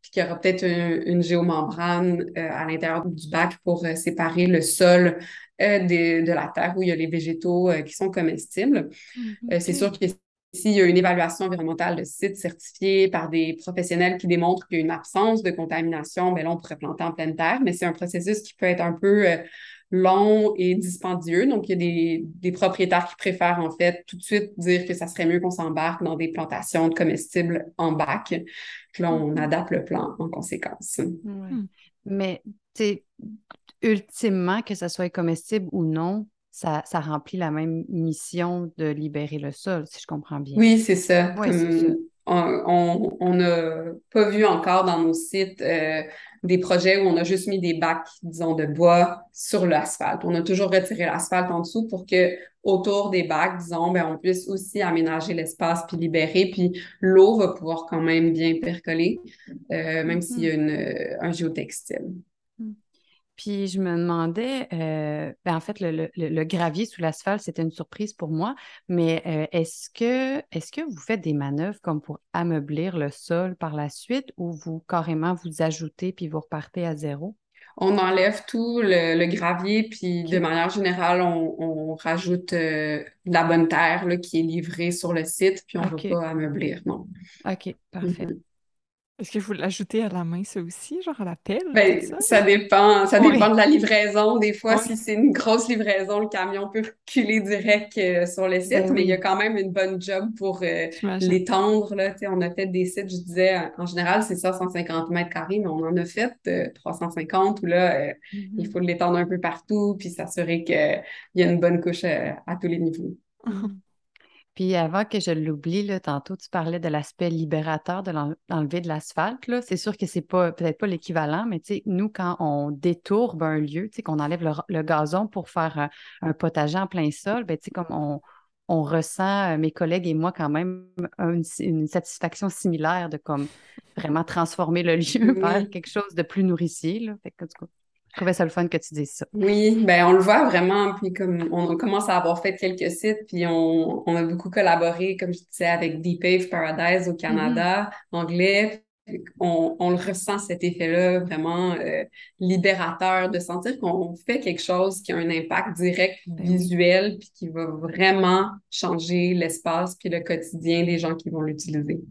D: puis qu'il y aura peut-être un- une géomembrane euh, à l'intérieur du bac pour euh, séparer le sol euh, des- de la terre où il y a les végétaux euh, qui sont comestibles.
B: Mhm,
D: Euh, c'est
B: ok.
D: sûr que s'il y a une évaluation environnementale de site certifiée par des professionnels qui démontrent qu'il y a une absence de contamination, bien là, on pourrait planter en pleine terre, mais c'est un processus qui peut être un peu euh, long et dispendieux. Donc, il y a des, des propriétaires qui préfèrent en fait tout de suite dire que ça serait mieux qu'on s'embarque dans des plantations de comestibles en bac. Puis là, on
B: Mhm.
D: adapte le plan en conséquence.
C: Ouais.
B: Hmm.
C: Mais, tu sais, ultimement, que ça soit comestible ou non, ça, ça remplit la même mission de libérer le sol, si je comprends bien.
D: Oui, c'est ça.
C: Oui, c'est ça.
D: Comme on on on n'a pas vu encore dans nos sites euh, des projets où on a juste mis des bacs, disons, de bois sur l'asphalte. On a toujours retiré l'asphalte en dessous pour que autour des bacs, disons, ben, on puisse aussi aménager l'espace puis libérer. Puis l'eau va pouvoir quand même bien percoler, euh, même s'il y
C: Mhm.
D: a une, euh, un géotextile.
C: Mhm. Puis je me demandais, euh, ben en fait, le, le- le- le gravier sous l'asphalte, c'était une surprise pour moi, mais euh, est-ce que, est-ce que vous faites des manœuvres comme pour ameublir le sol par la suite ou vous carrément vous ajoutez puis vous repartez à zéro?
D: On enlève tout le, le gravier, puis de
C: OK.
D: manière générale, on, on rajoute euh, de la bonne terre là, qui est livrée sur le site, puis on ne va
C: OK.
D: pas ameublir, non.
C: OK, parfait.
D: Mhm.
B: Est-ce que vous l'ajoutez à la main, ça aussi, genre à la pelle, tout
D: Ben,
B: ça?
D: ça dépend, ça dépend
B: Oui,
D: de la livraison. Des fois,
B: oui,
D: si c'est une grosse livraison, le camion peut reculer direct euh, sur le site,
C: Ben
D: mais il y a
C: oui,
D: quand même une bonne job pour euh,
B: j'imagine.
D: l'étendre, là. Tu sais, on a fait des sites, je disais, en général, c'est ça, cent cinquante mètres carrés, mais on en a fait euh, trois cent cinquante où là, euh, il
C: Mhm.
D: faut l'étendre un peu partout, puis s'assurer qu'il y a une bonne couche euh, à tous les niveaux.
C: Mhm. Puis avant que je l'oublie, là, tantôt, tu parlais de l'aspect libérateur de l'en- d'enlever de l'asphalte, là. C'est sûr que c'est pas peut-être pas l'équivalent, mais tu sais, nous, quand on détourbe un lieu, tu sais, qu'on enlève le, le gazon pour faire un, un potager en plein sol, ben, tu sais, comme on, on ressent, euh, mes collègues et moi, quand même, une, une satisfaction similaire de comme vraiment transformer le lieu vers
D: Oui.
C: quelque chose de plus nourricier, là. Fait que, en tout cas, je trouvais ça le fun que tu dises ça.
D: Oui, ben on le voit vraiment, puis comme on commence à avoir fait quelques sites, puis on, on a beaucoup collaboré, comme je disais, avec Deep Pave Paradise au
C: Mhm.
D: Canada, anglais. Puis On, on le ressent, cet effet-là, vraiment euh, libérateur, de sentir qu'on fait quelque chose qui a un impact direct
C: Ben oui.
D: visuel, puis qui va vraiment changer l'espace puis le quotidien des gens qui vont l'utiliser.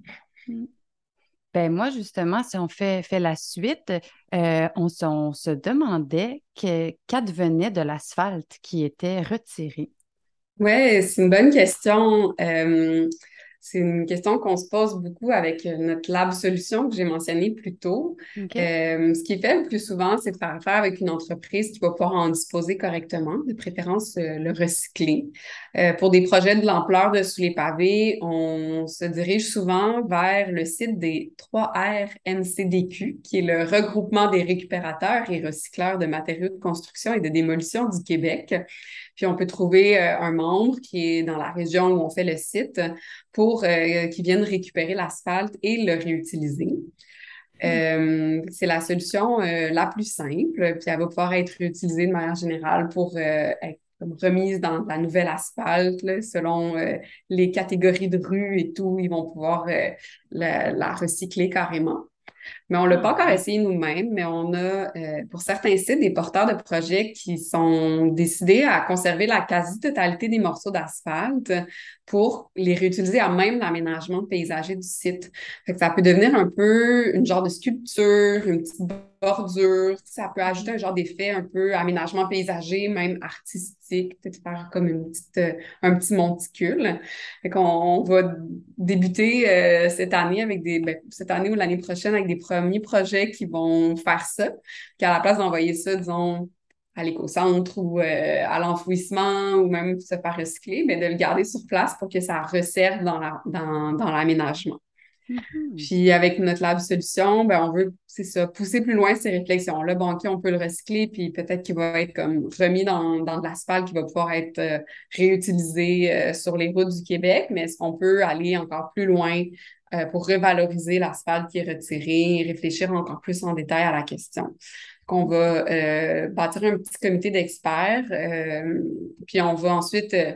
C: Ben moi, justement, si on fait, fait la suite, euh, on, se on se demandait que, qu'advenait de l'asphalte qui était retiré.
D: Ouais, c'est une bonne question. Euh, c'est une question qu'on se pose beaucoup avec euh, notre lab solution que j'ai mentionné plus tôt.
C: OK?
D: Euh, ce qui est fait le plus souvent, c'est de faire affaire avec une entreprise qui va pouvoir en disposer correctement, de préférence euh, le recycler. Euh, pour des projets de l'ampleur de Sous les pavés, on se dirige souvent vers le site des trois R N C D Q, qui est le regroupement des récupérateurs et recycleurs de matériaux de construction et de démolition du Québec. Puis on peut trouver euh, un membre qui est dans la région où on fait le site pour euh, qu'ils viennent récupérer l'asphalte et le réutiliser.
B: Hmm.
D: Euh, c'est la solution euh, la plus simple, puis elle va pouvoir être réutilisée de manière générale pour euh, être comme remise dans la nouvelle asphalte, là, selon euh, les catégories de rues et tout, ils vont pouvoir euh, la, la recycler carrément. Mais on l'a
B: Ah,
D: pas encore
B: ouais.
D: essayé nous-mêmes, mais on a, euh, pour certains sites, des porteurs de projets qui sont décidés à conserver la quasi-totalité des morceaux d'asphalte pour les réutiliser à même l'aménagement paysager du site. Fait que ça peut devenir un peu une genre de sculpture, une petite bordure. Ça peut ajouter
B: Mhm.
D: un genre d'effet un peu aménagement paysager, même artistique, peut-être faire comme une petite, euh, un petit monticule. Fait qu'on on va débuter euh, cette année avec des ben, cette année ou l'année prochaine avec des premiers projets qui vont faire ça. Puis à la place d'envoyer ça, disons, à l'éco-centre ou euh, à l'enfouissement ou même se faire recycler, mais de le garder sur place pour que ça resserve dans la, dans, dans l'aménagement.
C: Mhm.
D: Puis avec notre lab solution, ben on veut, c'est ça, pousser plus loin ces réflexions-là. Bon, OK, on peut le recycler, puis peut-être qu'il va être comme remis dans, dans de l'asphalte qui va pouvoir être euh, réutilisé euh, sur les routes du Québec, mais est-ce qu'on peut aller encore plus loin euh, pour revaloriser l'asphalte qui est retiré et réfléchir encore plus en détail à la question? Qu'on va euh, bâtir un petit comité d'experts, euh, puis on va ensuite euh,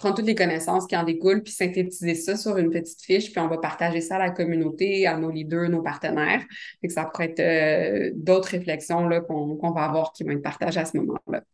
D: prendre toutes les connaissances qui en découlent, puis synthétiser ça sur une petite fiche, puis on va partager ça à la communauté, à nos leaders, nos partenaires. Fait que ça pourrait être euh, d'autres réflexions là, qu'on, qu'on va avoir qui vont être partagées à ce moment-là.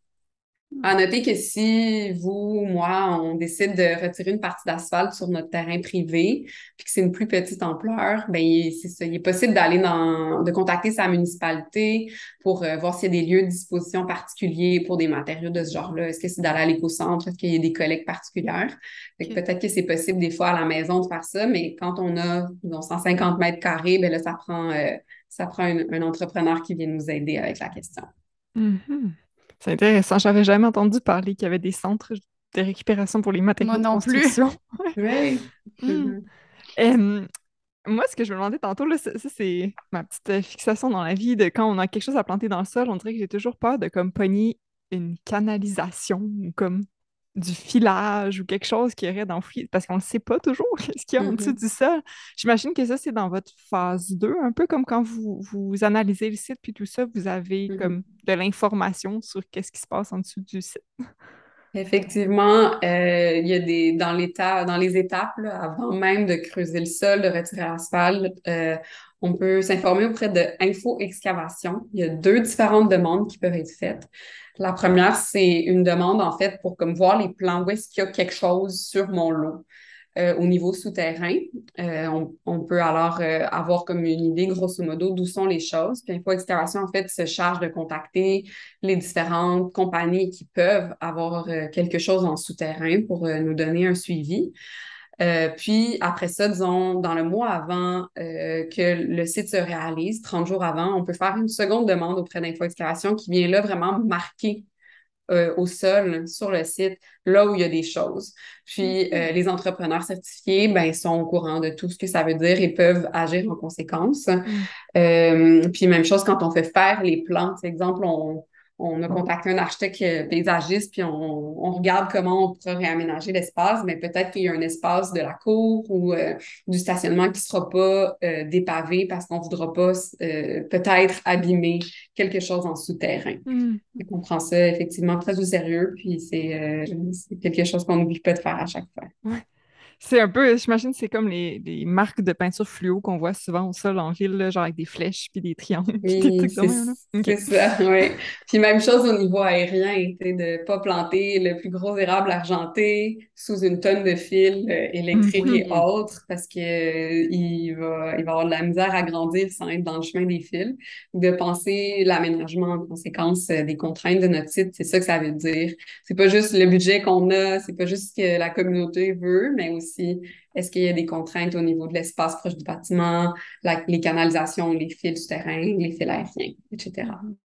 D: À noter que si vous, moi, on décide de retirer une partie d'asphalte sur notre terrain privé, puis que c'est une plus petite ampleur, ben il- c'est ça, il est possible d'aller dans, de contacter sa municipalité pour euh, voir s'il y a des lieux de disposition particuliers pour des matériaux de ce genre-là. Est-ce que c'est d'aller à l'éco-centre? Est-ce qu'il y a des collectes particulières? Fait que
C: Ok.
D: peut-être que c'est possible des fois à la maison de faire ça, mais quand on a, disons, cent cinquante mètres carrés, ben là, ça prend, euh, ça prend un, un entrepreneur qui vient nous aider avec la question.
B: Mhm. C'est intéressant. J'avais jamais entendu parler qu'il y avait des centres de récupération pour les matériaux
C: Moi
B: de
C: non plus.
B: construction.
D: Oui.
B: Hmm. Euh, Moi, ce que je me demandais tantôt, là, ça, ça, c'est ma petite euh, fixation dans la vie de quand on a quelque chose à planter dans le sol, on dirait que j'ai toujours peur de comme pogner une canalisation ou comme du filage ou quelque chose qui aurait d'enfoui, parce qu'on ne sait pas toujours ce qu'il y a en dessous
D: Mhm.
B: du sol. J'imagine que ça, c'est dans votre phase deux, un peu comme quand vous, vous analysez le site, puis tout ça, vous avez
D: Mhm.
B: comme de l'information sur qu'est-ce qui se passe en dessous du site.
D: Effectivement, euh, il y a des dans l'état, dans les étapes, là, avant même de creuser le sol, de retirer l'asphalte, euh, on peut s'informer auprès de Info Excavation. Il y a deux différentes demandes qui peuvent être faites. La première, c'est une demande en fait pour comme voir les plans où est-ce qu'il y a quelque chose sur mon lot. Euh, au niveau souterrain. Euh, on, on peut alors euh, avoir comme une idée, grosso modo, d'où sont les choses. Puis Info Excavation, en fait, se charge de contacter les différentes compagnies qui peuvent avoir euh, quelque chose en souterrain pour euh, nous donner un suivi. Euh, puis après ça, disons, dans le mois avant euh, que le site se réalise, trente jours avant, on peut faire une seconde demande auprès d'Info Excavation qui vient là vraiment marquer euh, au sol, sur le site, là où il y a des choses. Puis, euh, les entrepreneurs certifiés, ben, sont au courant de tout ce que ça veut dire et peuvent agir en conséquence.
B: Mm.
D: Euh, puis, même chose quand on fait faire les plans. Par exemple, on, on a contacté un architecte euh, paysagiste, puis on, on regarde comment on pourrait réaménager l'espace, mais peut-être qu'il y a un espace de la cour ou euh, du stationnement qui sera pas euh, dépavé parce qu'on voudra pas euh, peut-être abîmer quelque chose en souterrain.
B: Mm.
D: Fait qu'on prend ça effectivement très au sérieux, puis c'est euh, c'est quelque chose qu'on n'oublie pas de faire à chaque fois.
B: Ouais. C'est un peu, j'imagine, c'est comme les, les marques de peinture fluo qu'on voit souvent au sol en ville, là, genre avec des flèches puis des triangles puis des
D: Oui,
B: trucs de
D: c'est
B: même, là. OK.
D: c'est ça, oui. Puis même chose au niveau aérien, tu sais, de pas planter le plus gros érable argenté sous une tonne de fils euh, électriques
B: Mhm.
D: et
C: Mhm.
D: autres, parce que euh, il va, il va avoir de la misère à grandir sans être dans le chemin des fils. De penser l'aménagement en conséquence euh, des contraintes de notre site, c'est ça que ça veut dire. C'est pas juste le budget qu'on a, c'est pas juste ce que la communauté veut, mais aussi est-ce qu'il y a des contraintes au niveau de l'espace proche du bâtiment, la- les canalisations, les fils souterrains, les fils aériens, et cetera.
C: Mhm.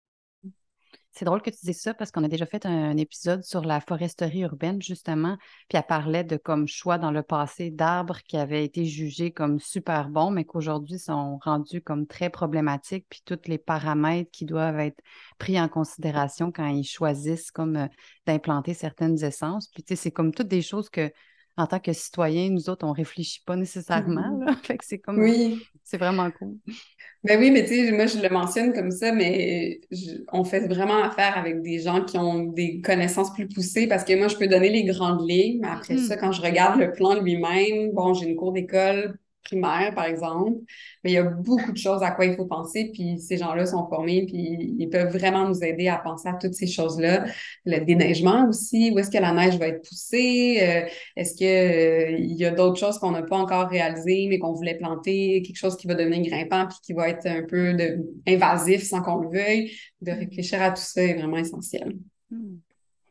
C: C'est drôle que tu dises ça parce qu'on a déjà fait un épisode sur la foresterie urbaine, justement, puis elle parlait de comme choix dans le passé d'arbres qui avaient été jugés comme super bons, mais qu'aujourd'hui sont rendus comme très problématiques, puis tous les paramètres qui doivent être pris en considération quand ils choisissent comme euh, d'implanter certaines essences. Puis tu sais, c'est comme toutes des choses que, en tant que citoyens, nous autres, on réfléchit pas nécessairement,
D: Mhm.
C: là. Fait que c'est comme,
D: Oui,
C: c'est vraiment cool.
D: ben oui, mais tu sais, moi je le mentionne comme ça, mais je- on fait vraiment affaire avec des gens qui ont des connaissances plus poussées parce que moi je peux donner les grandes lignes, mais après ça,
C: Mhm.
D: quand je regarde le plan lui-même, bon, j'ai une cour d'école primaire par exemple, mais il y a beaucoup de choses à quoi il faut penser, puis ces gens-là sont formés, puis ils peuvent vraiment nous aider à penser à toutes ces choses-là. Le déneigement aussi, où est-ce que la neige va être poussée, euh, est-ce que, euh, il y a d'autres choses qu'on n'a pas encore réalisées, mais qu'on voulait planter, quelque chose qui va devenir grimpant puis qui va être un peu de, invasif sans qu'on le veuille. De réfléchir à tout ça est vraiment essentiel.
C: Mhm.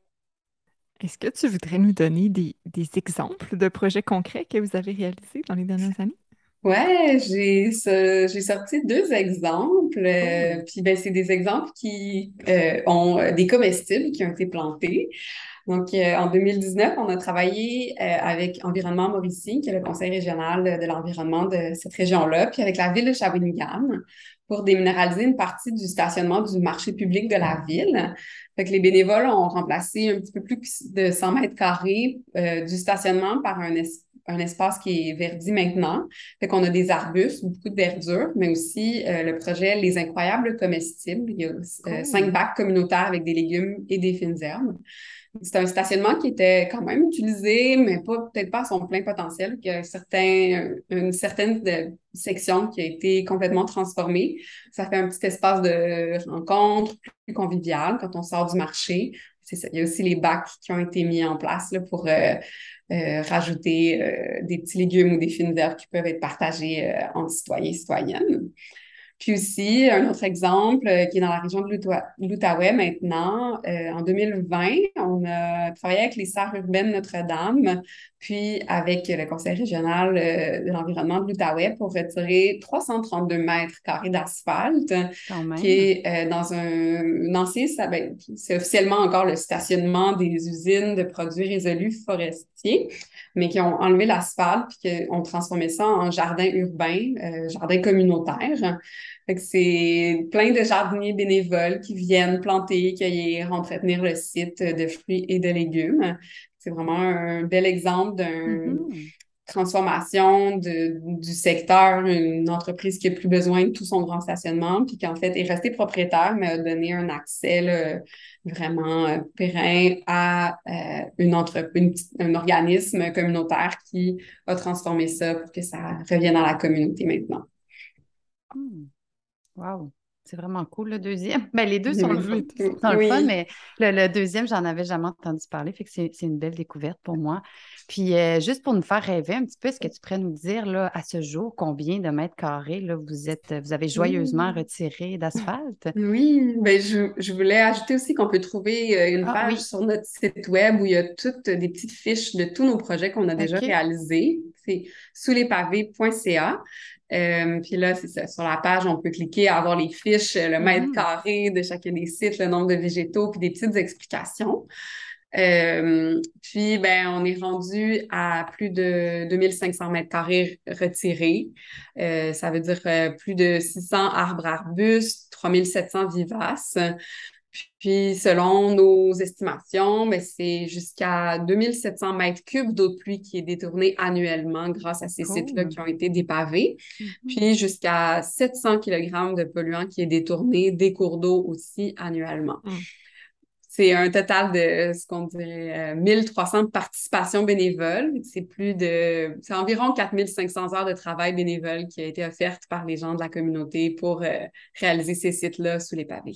B: Est-ce que tu voudrais nous donner des, des exemples de projets concrets que vous avez réalisés dans les dernières années?
D: Ouais, j'ai ce- j'ai sorti deux exemples. euh,
C: Cool.
D: puis ben c'est des exemples qui euh, ont euh, des comestibles qui ont été plantés. Donc, euh, en deux mille dix-neuf, on a travaillé euh, avec Environnement Mauricie, qui est le conseil régional de, de l'environnement de cette région-là, puis avec la ville de Shawinigan pour déminéraliser une partie du stationnement du marché public de la ville. Fait que les bénévoles ont remplacé un petit peu plus de cent mètres carrés euh, du stationnement par un, es- un espace qui est verdi maintenant. Fait qu'on a des arbustes, beaucoup de verdure, mais aussi euh, le projet Les Incroyables Comestibles. Il y a euh, cinq
C: Cool.
D: bacs communautaires avec des légumes et des fines herbes. C'est un stationnement qui était quand même utilisé, mais pas peut-être pas à son plein potentiel. Il y a certains, une certaine de- section qui a été complètement transformée. Ça fait un petit espace de rencontre plus convivial quand on sort du marché. C'est ça. Il y a aussi les bacs qui ont été mis en place là, pour euh, euh, rajouter euh, des petits légumes ou des fines herbes qui peuvent être partagés euh, entre citoyens et citoyennes. Puis aussi, un autre exemple euh, qui est dans la région de l'Outaouais l'Outaouais maintenant, euh, en deux mille vingt, on a travaillé avec les Serres urbaines Notre-Dame, puis avec le Conseil régional euh, de l'environnement de l'Outaouais pour retirer trois cent trente-deux mètres carrés d'asphalte,
C: Quand
D: qui
C: même.
D: est euh, dans un, un ancien, ça, ben, c'est officiellement encore le stationnement des usines de produits résolus forestiers, mais qui ont enlevé l'asphalte puis qui ont transformé ça en jardin urbain, euh, jardin communautaire. Fait que c'est plein de jardiniers bénévoles qui viennent planter, cueillir, entretenir le site de fruits et de légumes. C'est vraiment un bel exemple d'une
C: Mhm.
D: transformation de, du secteur, une entreprise qui n'a plus besoin de tout son grand stationnement, puis qui en fait est restée propriétaire, mais a donné un accès là, vraiment euh, pérenne à euh, une entreprise, un organisme communautaire qui a transformé ça pour que ça revienne à la communauté maintenant.
C: Hmm. Wow. C'est vraiment cool, le deuxième. Ben, les deux sont le,
B: Oui, tout ça.
C: sont le fun,
D: Oui.
C: mais le, le deuxième, j'en avais jamais entendu parler. Fait que c'est c'est une belle découverte pour moi. Puis, euh, juste pour nous faire rêver un petit peu, est-ce que tu pourrais nous dire, là, à ce jour, combien de mètres carrés, là, vous êtes, vous avez joyeusement
D: Mm.
C: retiré d'asphalte?
D: Oui, ben je, je voulais ajouter aussi qu'on peut trouver euh, une
C: Ah
D: page
C: oui,
D: sur notre site web où il y a toutes des petites fiches de tous nos projets qu'on a déjà
C: OK.
D: réalisés. C'est sous les pavés point c a. Euh, puis là, c'est ça. Sur la page, on peut cliquer à avoir les fiches, le mètre
C: Mhm.
D: carré de chacun des sites, le nombre de végétaux, puis des petites explications. Euh, puis, ben, on est rendu à plus de deux mille cinq cents mètres carrés retirés. Euh, ça veut dire euh, plus de six cents arbres arbustes, trois mille sept cents vivaces. Puis, selon nos estimations, ben, c'est jusqu'à deux mille sept cents mètres cubes d'eau de pluie qui est détournée annuellement grâce à ces sites-là
C: Cool.
D: qui ont été dépavés.
C: Mhm.
D: Puis, jusqu'à sept cents kilogrammes de polluants qui est détourné des cours d'eau aussi annuellement.
B: Mm.
D: C'est un total de ce qu'on dirait euh, mille trois cents participations bénévoles. C'est plus de, c'est environ quatre mille cinq cents heures de travail bénévole qui a été offerte par les gens de la communauté pour euh, réaliser ces sites-là sous les pavés.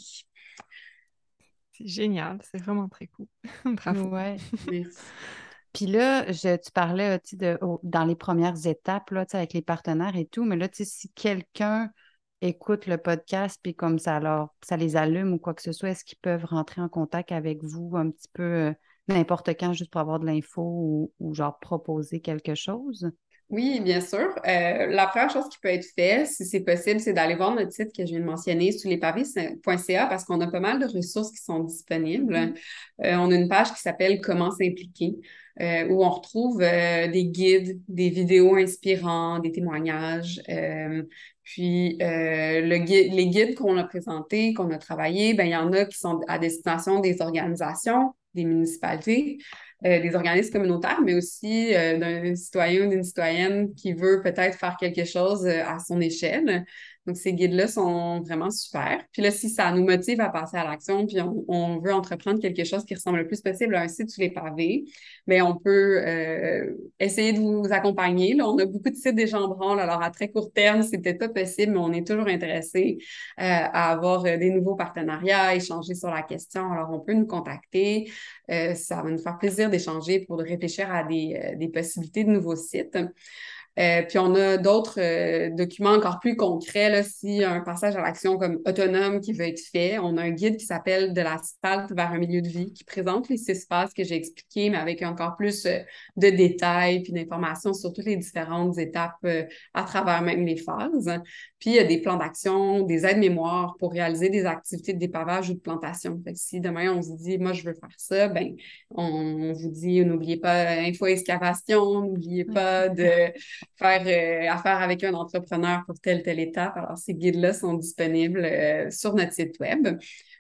B: C'est génial, c'est vraiment très cool. Bravo.
C: Ouais.
D: Merci.
C: Puis là, je, tu parlais, tu sais, de, au- dans les premières étapes, là, tu sais, avec les partenaires et tout, mais là, tu sais, si quelqu'un écoute le podcast, puis comme ça, alors, ça les allume ou quoi que ce soit, est-ce qu'ils peuvent rentrer en contact avec vous un petit peu euh, n'importe quand juste pour avoir de l'info ou, ou genre proposer quelque chose?
D: Oui, bien sûr. Euh, la première chose qui peut être faite, si c'est possible, c'est d'aller voir notre site que je viens de mentionner, sous les pavés point c a, parce qu'on a pas mal de ressources qui sont disponibles.
C: Mhm.
D: Euh, on a une page qui s'appelle Comment s'impliquer, euh, où on retrouve euh, des guides, des vidéos inspirants, des témoignages. Euh, puis euh, le guide, les guides qu'on a présentés, qu'on a travaillés, ben, il y en a qui sont à destination des organisations, des municipalités, euh, des organismes communautaires, mais aussi euh, d'un citoyen ou d'une citoyenne qui veut peut-être faire quelque chose euh, à son échelle. Donc, ces guides-là sont vraiment super. Puis là, si ça nous motive à passer à l'action, puis on, on veut entreprendre quelque chose qui ressemble le plus possible à un site sous les pavés, bien, on peut euh, essayer de vous accompagner. Là, on a beaucoup de sites déjà en branle, alors à très court terme, c'est peut-être pas possible, mais on est toujours intéressé euh, à avoir euh, des nouveaux partenariats, échanger sur la question. Alors, on peut nous contacter. Euh, ça va nous faire plaisir d'échanger pour de réfléchir à des, euh, des possibilités de nouveaux sites. Euh, puis on a d'autres euh, documents encore plus concrets, là, si un passage à l'action comme autonome qui veut être fait. On a un guide qui s'appelle De l'asphalte vers un milieu de vie qui présente les six phases que j'ai expliquées, mais avec encore plus euh, de détails puis d'informations sur toutes les différentes étapes euh, à travers même les phases. Puis il y a des plans d'action, des aides-mémoires pour réaliser des activités de dépavage ou de plantation. Fait que si demain on se dit, moi je veux faire ça, ben on, vous dit, n'oubliez pas info-excavation, n'oubliez pas de faire euh, affaire avec un entrepreneur pour telle, telle étape. Alors, ces guides-là sont disponibles euh, sur notre site web.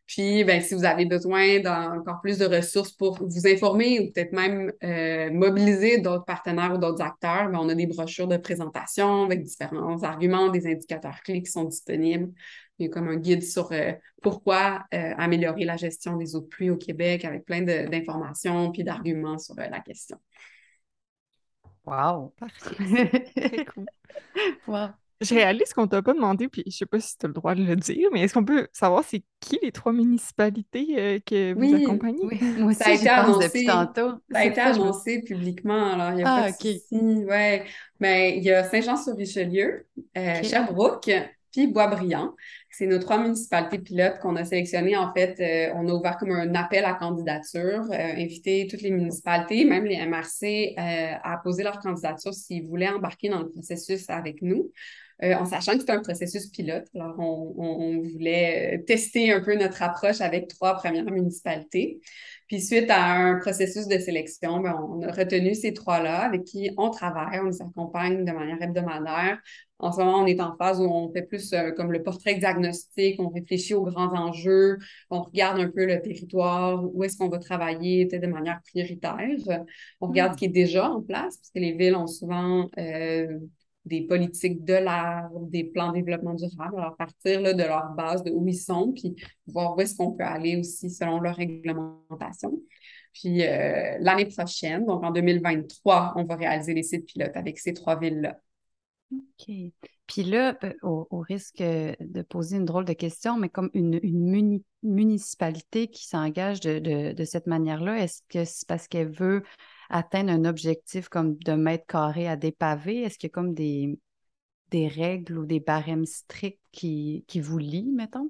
D: Puis, ben, si vous avez besoin d'encore plus de ressources pour vous informer ou peut-être même euh, mobiliser d'autres partenaires ou d'autres acteurs, ben, on a des brochures de présentation avec différents arguments, des indicateurs clés qui sont disponibles. Il y a comme un guide sur euh, pourquoi euh, améliorer la gestion des eaux de pluie au Québec avec plein de, d'informations puis d'arguments sur euh, la question.
C: Wow!
B: Parfait. Très cool.
C: Wow!
B: Je réalise qu'on t'a pas demandé, puis je sais pas si tu as le droit de le dire, mais est-ce qu'on peut savoir c'est qui les trois municipalités euh, que vous
D: Oui,
B: accompagnez?
C: Oui, moi
D: ça a
C: aussi, j'y
D: été
C: pense depuis
D: annoncé.
C: tantôt.
D: Ça a
C: C'est
D: été
C: ça, je me...
D: annoncé publiquement, alors il n'y a pas
C: Ah,
D: de
C: OK.
D: souci. Ouais. Ben, il y a Saint-Jean-sur-Richelieu, euh,
C: OK.
D: Sherbrooke, puis Boisbriand. C'est nos trois municipalités pilotes qu'on a sélectionnées. En fait, euh, on a ouvert comme un appel à candidature, euh, invité toutes les municipalités, même les M R C, euh, à poser leur candidature s'ils voulaient embarquer dans le processus avec nous. Euh, en sachant que c'est un processus pilote. Alors, on, on, on voulait tester un peu notre approche avec trois premières municipalités. Puis, suite à un processus de sélection, ben, on a retenu ces trois-là avec qui on travaille, on les accompagne de manière hebdomadaire. En ce moment, on est en phase où on fait plus euh, comme le portrait diagnostic, on réfléchit aux grands enjeux, on regarde un peu le territoire, où est-ce qu'on va travailler peut-être de manière prioritaire. On regarde ce qui est déjà en place, parce que les villes ont souvent euh, des politiques de l'art, des plans de développement durable, alors partir là, de leur base, de où ils sont, puis voir où est-ce qu'on peut aller aussi selon leur réglementation. Puis euh, l'année prochaine, donc en deux mille vingt-trois, on va réaliser les sites pilotes avec ces trois villes-là.
C: OK. Puis là, euh, au, au risque euh, de poser une drôle de question, mais comme une, une muni- municipalité qui s'engage de, de, de cette manière-là, est-ce que c'est parce qu'elle veut atteindre un objectif comme de mètres carrés à dépaver? Est-ce qu'il y a comme des, des règles ou des barèmes stricts qui, qui vous lient, mettons?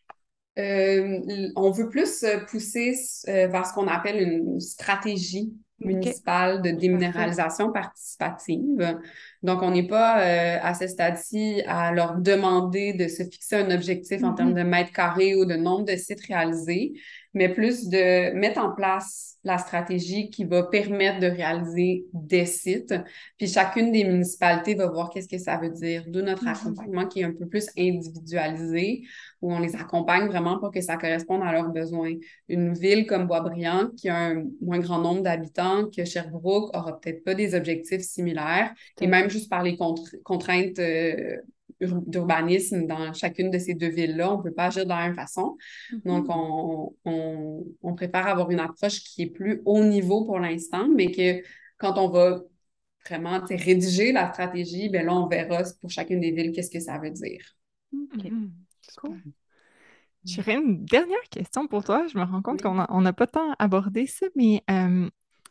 D: Euh, on veut plus euh, pousser euh, vers ce qu'on appelle une stratégie
C: OK.
D: municipale de
C: Parfait.
D: déminéralisation participative. Donc, on n'est pas euh, à ce stade-ci à leur demander de se fixer un objectif en termes
C: Mhm.
D: de mètres carrés ou de nombre de sites réalisés, mais plus de mettre en place la stratégie qui va permettre de réaliser des sites. Puis chacune des municipalités va voir qu'est-ce que ça veut dire, d'où notre
C: Mhm.
D: accompagnement qui est un peu plus individualisé, où on les accompagne vraiment pour que ça corresponde à leurs besoins. Une ville comme Boisbriand, qui a un moins grand nombre d'habitants que Sherbrooke, aura peut-être pas des objectifs similaires.
C: Tout
D: Et
C: à
D: même
C: fait.
D: juste par les contr- contraintes euh, ur- d'urbanisme dans chacune de ces deux villes-là, on ne peut pas agir de la même façon. Donc,
C: Mhm.
D: on, on, on préfère avoir une approche qui est plus haut niveau pour l'instant, mais que quand on va vraiment tu sais, rédiger la stratégie, ben là, on verra pour chacune des villes qu'est-ce que ça veut dire.
C: OK.
B: Mhm.
C: Cool.
B: Super. J'aurais une dernière question pour toi. Je me rends compte
D: Oui.
B: qu'on a- on n'a pas tant abordé ça, mais euh,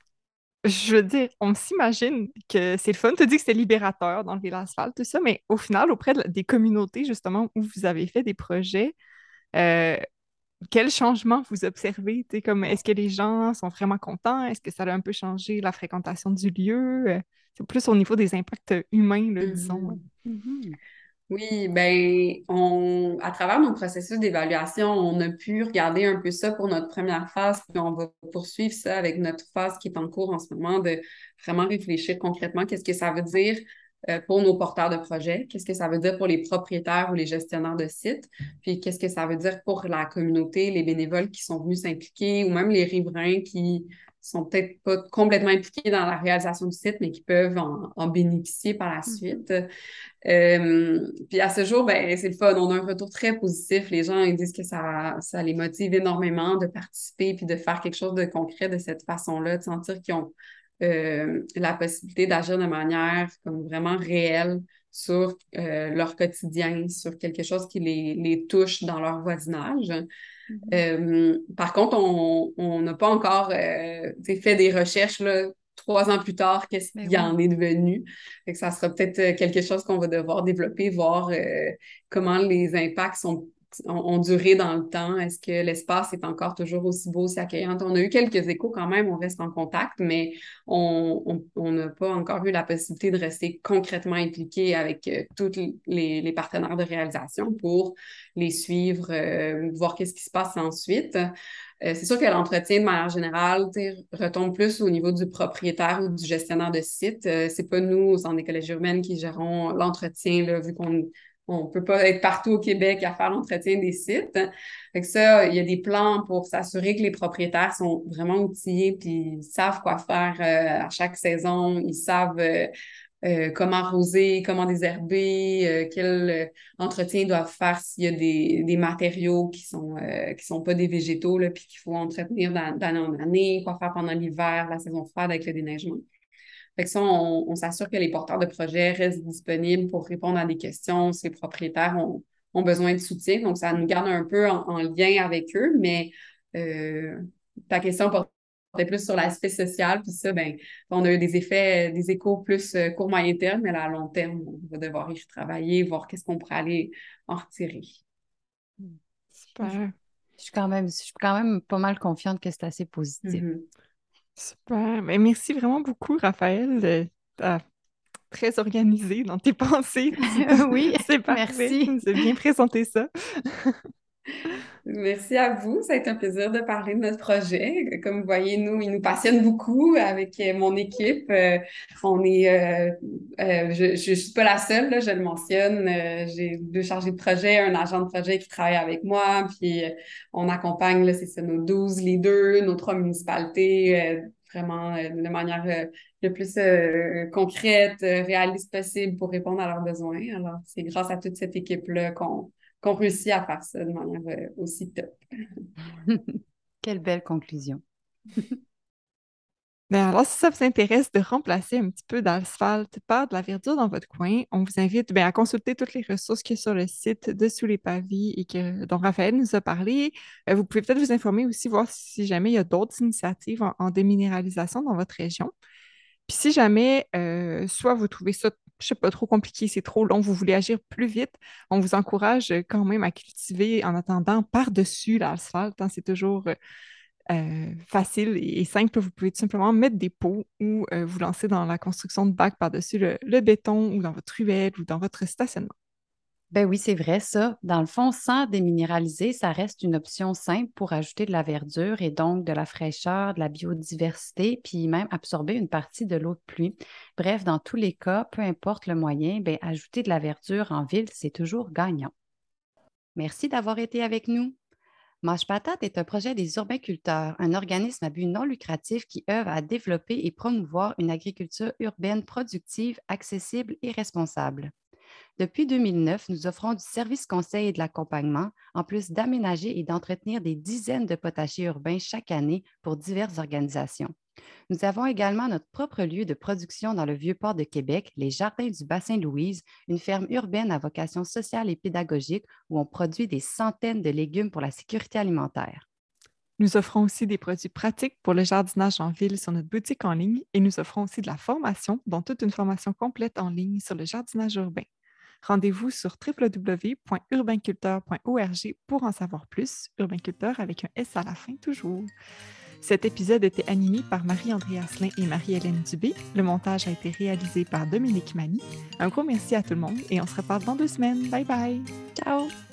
B: je veux dire, on s'imagine que c'est le fun. Tu dis que c'est libérateur d'enlever l'asphalte, tout ça, mais au final, auprès de- des communautés, justement, où vous avez fait des projets, euh, quel changement vous observez? Tu sais, comme, est-ce que les gens sont vraiment contents? Est-ce que ça a un peu changé la fréquentation du lieu? Euh, c'est plus au niveau des impacts humains, là, disons.
D: Mhm.
C: Mhm.
D: Oui, ben, on, à travers nos processus d'évaluation, on a pu regarder un peu ça pour notre première phase, puis on va poursuivre ça avec notre phase qui est en cours en ce moment, de vraiment réfléchir concrètement qu'est-ce que ça veut dire euh, pour nos porteurs de projets, qu'est-ce que ça veut dire pour les propriétaires ou les gestionnaires de sites, puis qu'est-ce que ça veut dire pour la communauté, les bénévoles qui sont venus s'impliquer ou même les riverains qui sont peut-être pas complètement impliqués dans la réalisation du site, mais qui peuvent en, en bénéficier par la
C: Mhm.
D: suite. Euh, puis à ce jour, ben, c'est le fun. On a un retour très positif. Les gens ils disent que ça, ça les motive énormément de participer puis de faire quelque chose de concret de cette façon-là, de sentir qu'ils ont euh, la possibilité d'agir de manière comme vraiment réelle sur euh, leur quotidien, sur quelque chose qui les, les touche dans leur voisinage.
C: Mhm.
D: Euh, par contre, on on n'a pas encore euh, tu sais, fait des recherches là, trois ans plus tard, qu'est-ce
C: Ben
D: qu'il
C: oui.
D: en est devenu. Fait que ça sera peut-être euh, quelque chose qu'on va devoir développer, voir euh, comment les impacts sont, ont, ont duré dans le temps. Est-ce que l'espace est encore toujours aussi beau, aussi accueillant? On a eu quelques échos quand même, on reste en contact, mais on on- on n'a pas encore eu la possibilité de rester concrètement impliqué avec euh, tous les, les partenaires de réalisation pour les suivre, euh, voir qu'est-ce qui se passe ensuite. Euh, c'est sûr que l'entretien, de manière générale, tu sais, retombe plus au niveau du propriétaire ou du gestionnaire de site. Euh, c'est pas nous, au Centre d'écologie urbaine, qui gérons l'entretien, là, vu qu'on on peut pas être partout au Québec à faire l'entretien des sites. Fait que ça, il y a des plans pour s'assurer que les propriétaires sont vraiment outillés puis ils savent quoi faire euh, à chaque saison. Ils savent euh, euh, comment arroser, comment désherber, euh, quel euh, entretien ils doivent faire s'il y a des, des matériaux qui sont euh, qui sont pas des végétaux là, puis qu'il faut entretenir d'année en année, quoi faire pendant l'hiver, la saison froide avec le déneigement. Fait que ça, on, on s'assure que les porteurs de projets restent disponibles pour répondre à des questions si les propriétaires ont, ont besoin de soutien. Donc, ça nous garde un peu en, en lien avec eux, mais euh, ta question portait plus sur l'aspect social, puis ça, ben, on a eu des effets, des échos plus euh, court moyen terme, mais à long terme, on va devoir y travailler, voir qu'est-ce qu'on pourrait aller en retirer.
B: Super.
C: Je suis quand même, je suis quand même pas mal confiante que c'est assez positif.
D: Mm-hmm.
B: Super. Mais merci vraiment beaucoup, Raphaël. de- t'as très organisé dans tes pensées.
C: Oui,
B: C'est parfait.
C: merci.
B: Tu nous as bien présenté ça.
D: Merci à vous. Ça a été un plaisir de parler de notre projet. Comme vous voyez, nous, il nous passionne beaucoup avec euh, mon équipe. Euh, on est, euh, euh, je, je, je suis pas la seule, là, je le mentionne. Euh, j'ai deux chargés de projet, un agent de projet qui travaille avec moi, puis euh, on accompagne, là, c'est ça, nos douze leaders, nos trois municipalités, euh, vraiment euh, de manière euh, le plus euh, concrète, euh, réaliste possible pour répondre à leurs besoins. Alors, c'est grâce à toute cette équipe-là qu'on qu'on réussit à faire ça de manière euh, aussi top.
C: Quelle belle conclusion.
B: Ben alors, si ça vous intéresse de remplacer un petit peu d'asphalte par de la verdure dans votre coin, on vous invite ben, à consulter toutes les ressources qu'il y a sur le site de Sous les Pavis et que, dont Raphaël nous a parlé. Euh, vous pouvez peut-être vous informer aussi, voir si jamais il y a d'autres initiatives en, en déminéralisation dans votre région. Puis si jamais, euh, soit vous trouvez ça, je sais pas, trop compliqué, c'est trop long, vous voulez agir plus vite, on vous encourage quand même à cultiver en attendant par-dessus l'asphalte, hein. C'est toujours euh, euh, facile et simple. Vous pouvez tout simplement mettre des pots ou euh, vous lancer dans la construction de bacs par-dessus le, le béton ou dans votre ruelle ou dans votre stationnement.
C: Ben oui, c'est vrai, ça. Dans le fond, sans déminéraliser, ça reste une option simple pour ajouter de la verdure et donc de la fraîcheur, de la biodiversité, puis même absorber une partie de l'eau de pluie. Bref, dans tous les cas, peu importe le moyen, ben, ajouter de la verdure en ville, c'est toujours gagnant. Merci d'avoir été avec nous. Mange Patate est un projet des urbainculteurs, un organisme à but non lucratif qui œuvre à développer et promouvoir une agriculture urbaine productive, accessible et responsable. Depuis deux mille neuf, nous offrons du service conseil et de l'accompagnement, en plus d'aménager et d'entretenir des dizaines de potagers urbains chaque année pour diverses organisations. Nous avons également notre propre lieu de production dans le Vieux-Port de Québec, les Jardins du Bassin-Louise, une ferme urbaine à vocation sociale et pédagogique où on produit des centaines de légumes pour la sécurité alimentaire.
B: Nous offrons aussi des produits pratiques pour le jardinage en ville sur notre boutique en ligne et nous offrons aussi de la formation, dont toute une formation complète en ligne sur le jardinage urbain. Rendez-vous sur w w w point urbainculteur point org pour en savoir plus. Urbainculteur avec un S à la fin toujours. Cet épisode était animé par Marie-André Asselin et Marie-Hélène Dubé. Le montage a été réalisé par Dominique Mani. Un gros merci à tout le monde et on se reparle dans deux semaines. Bye bye!
C: Ciao!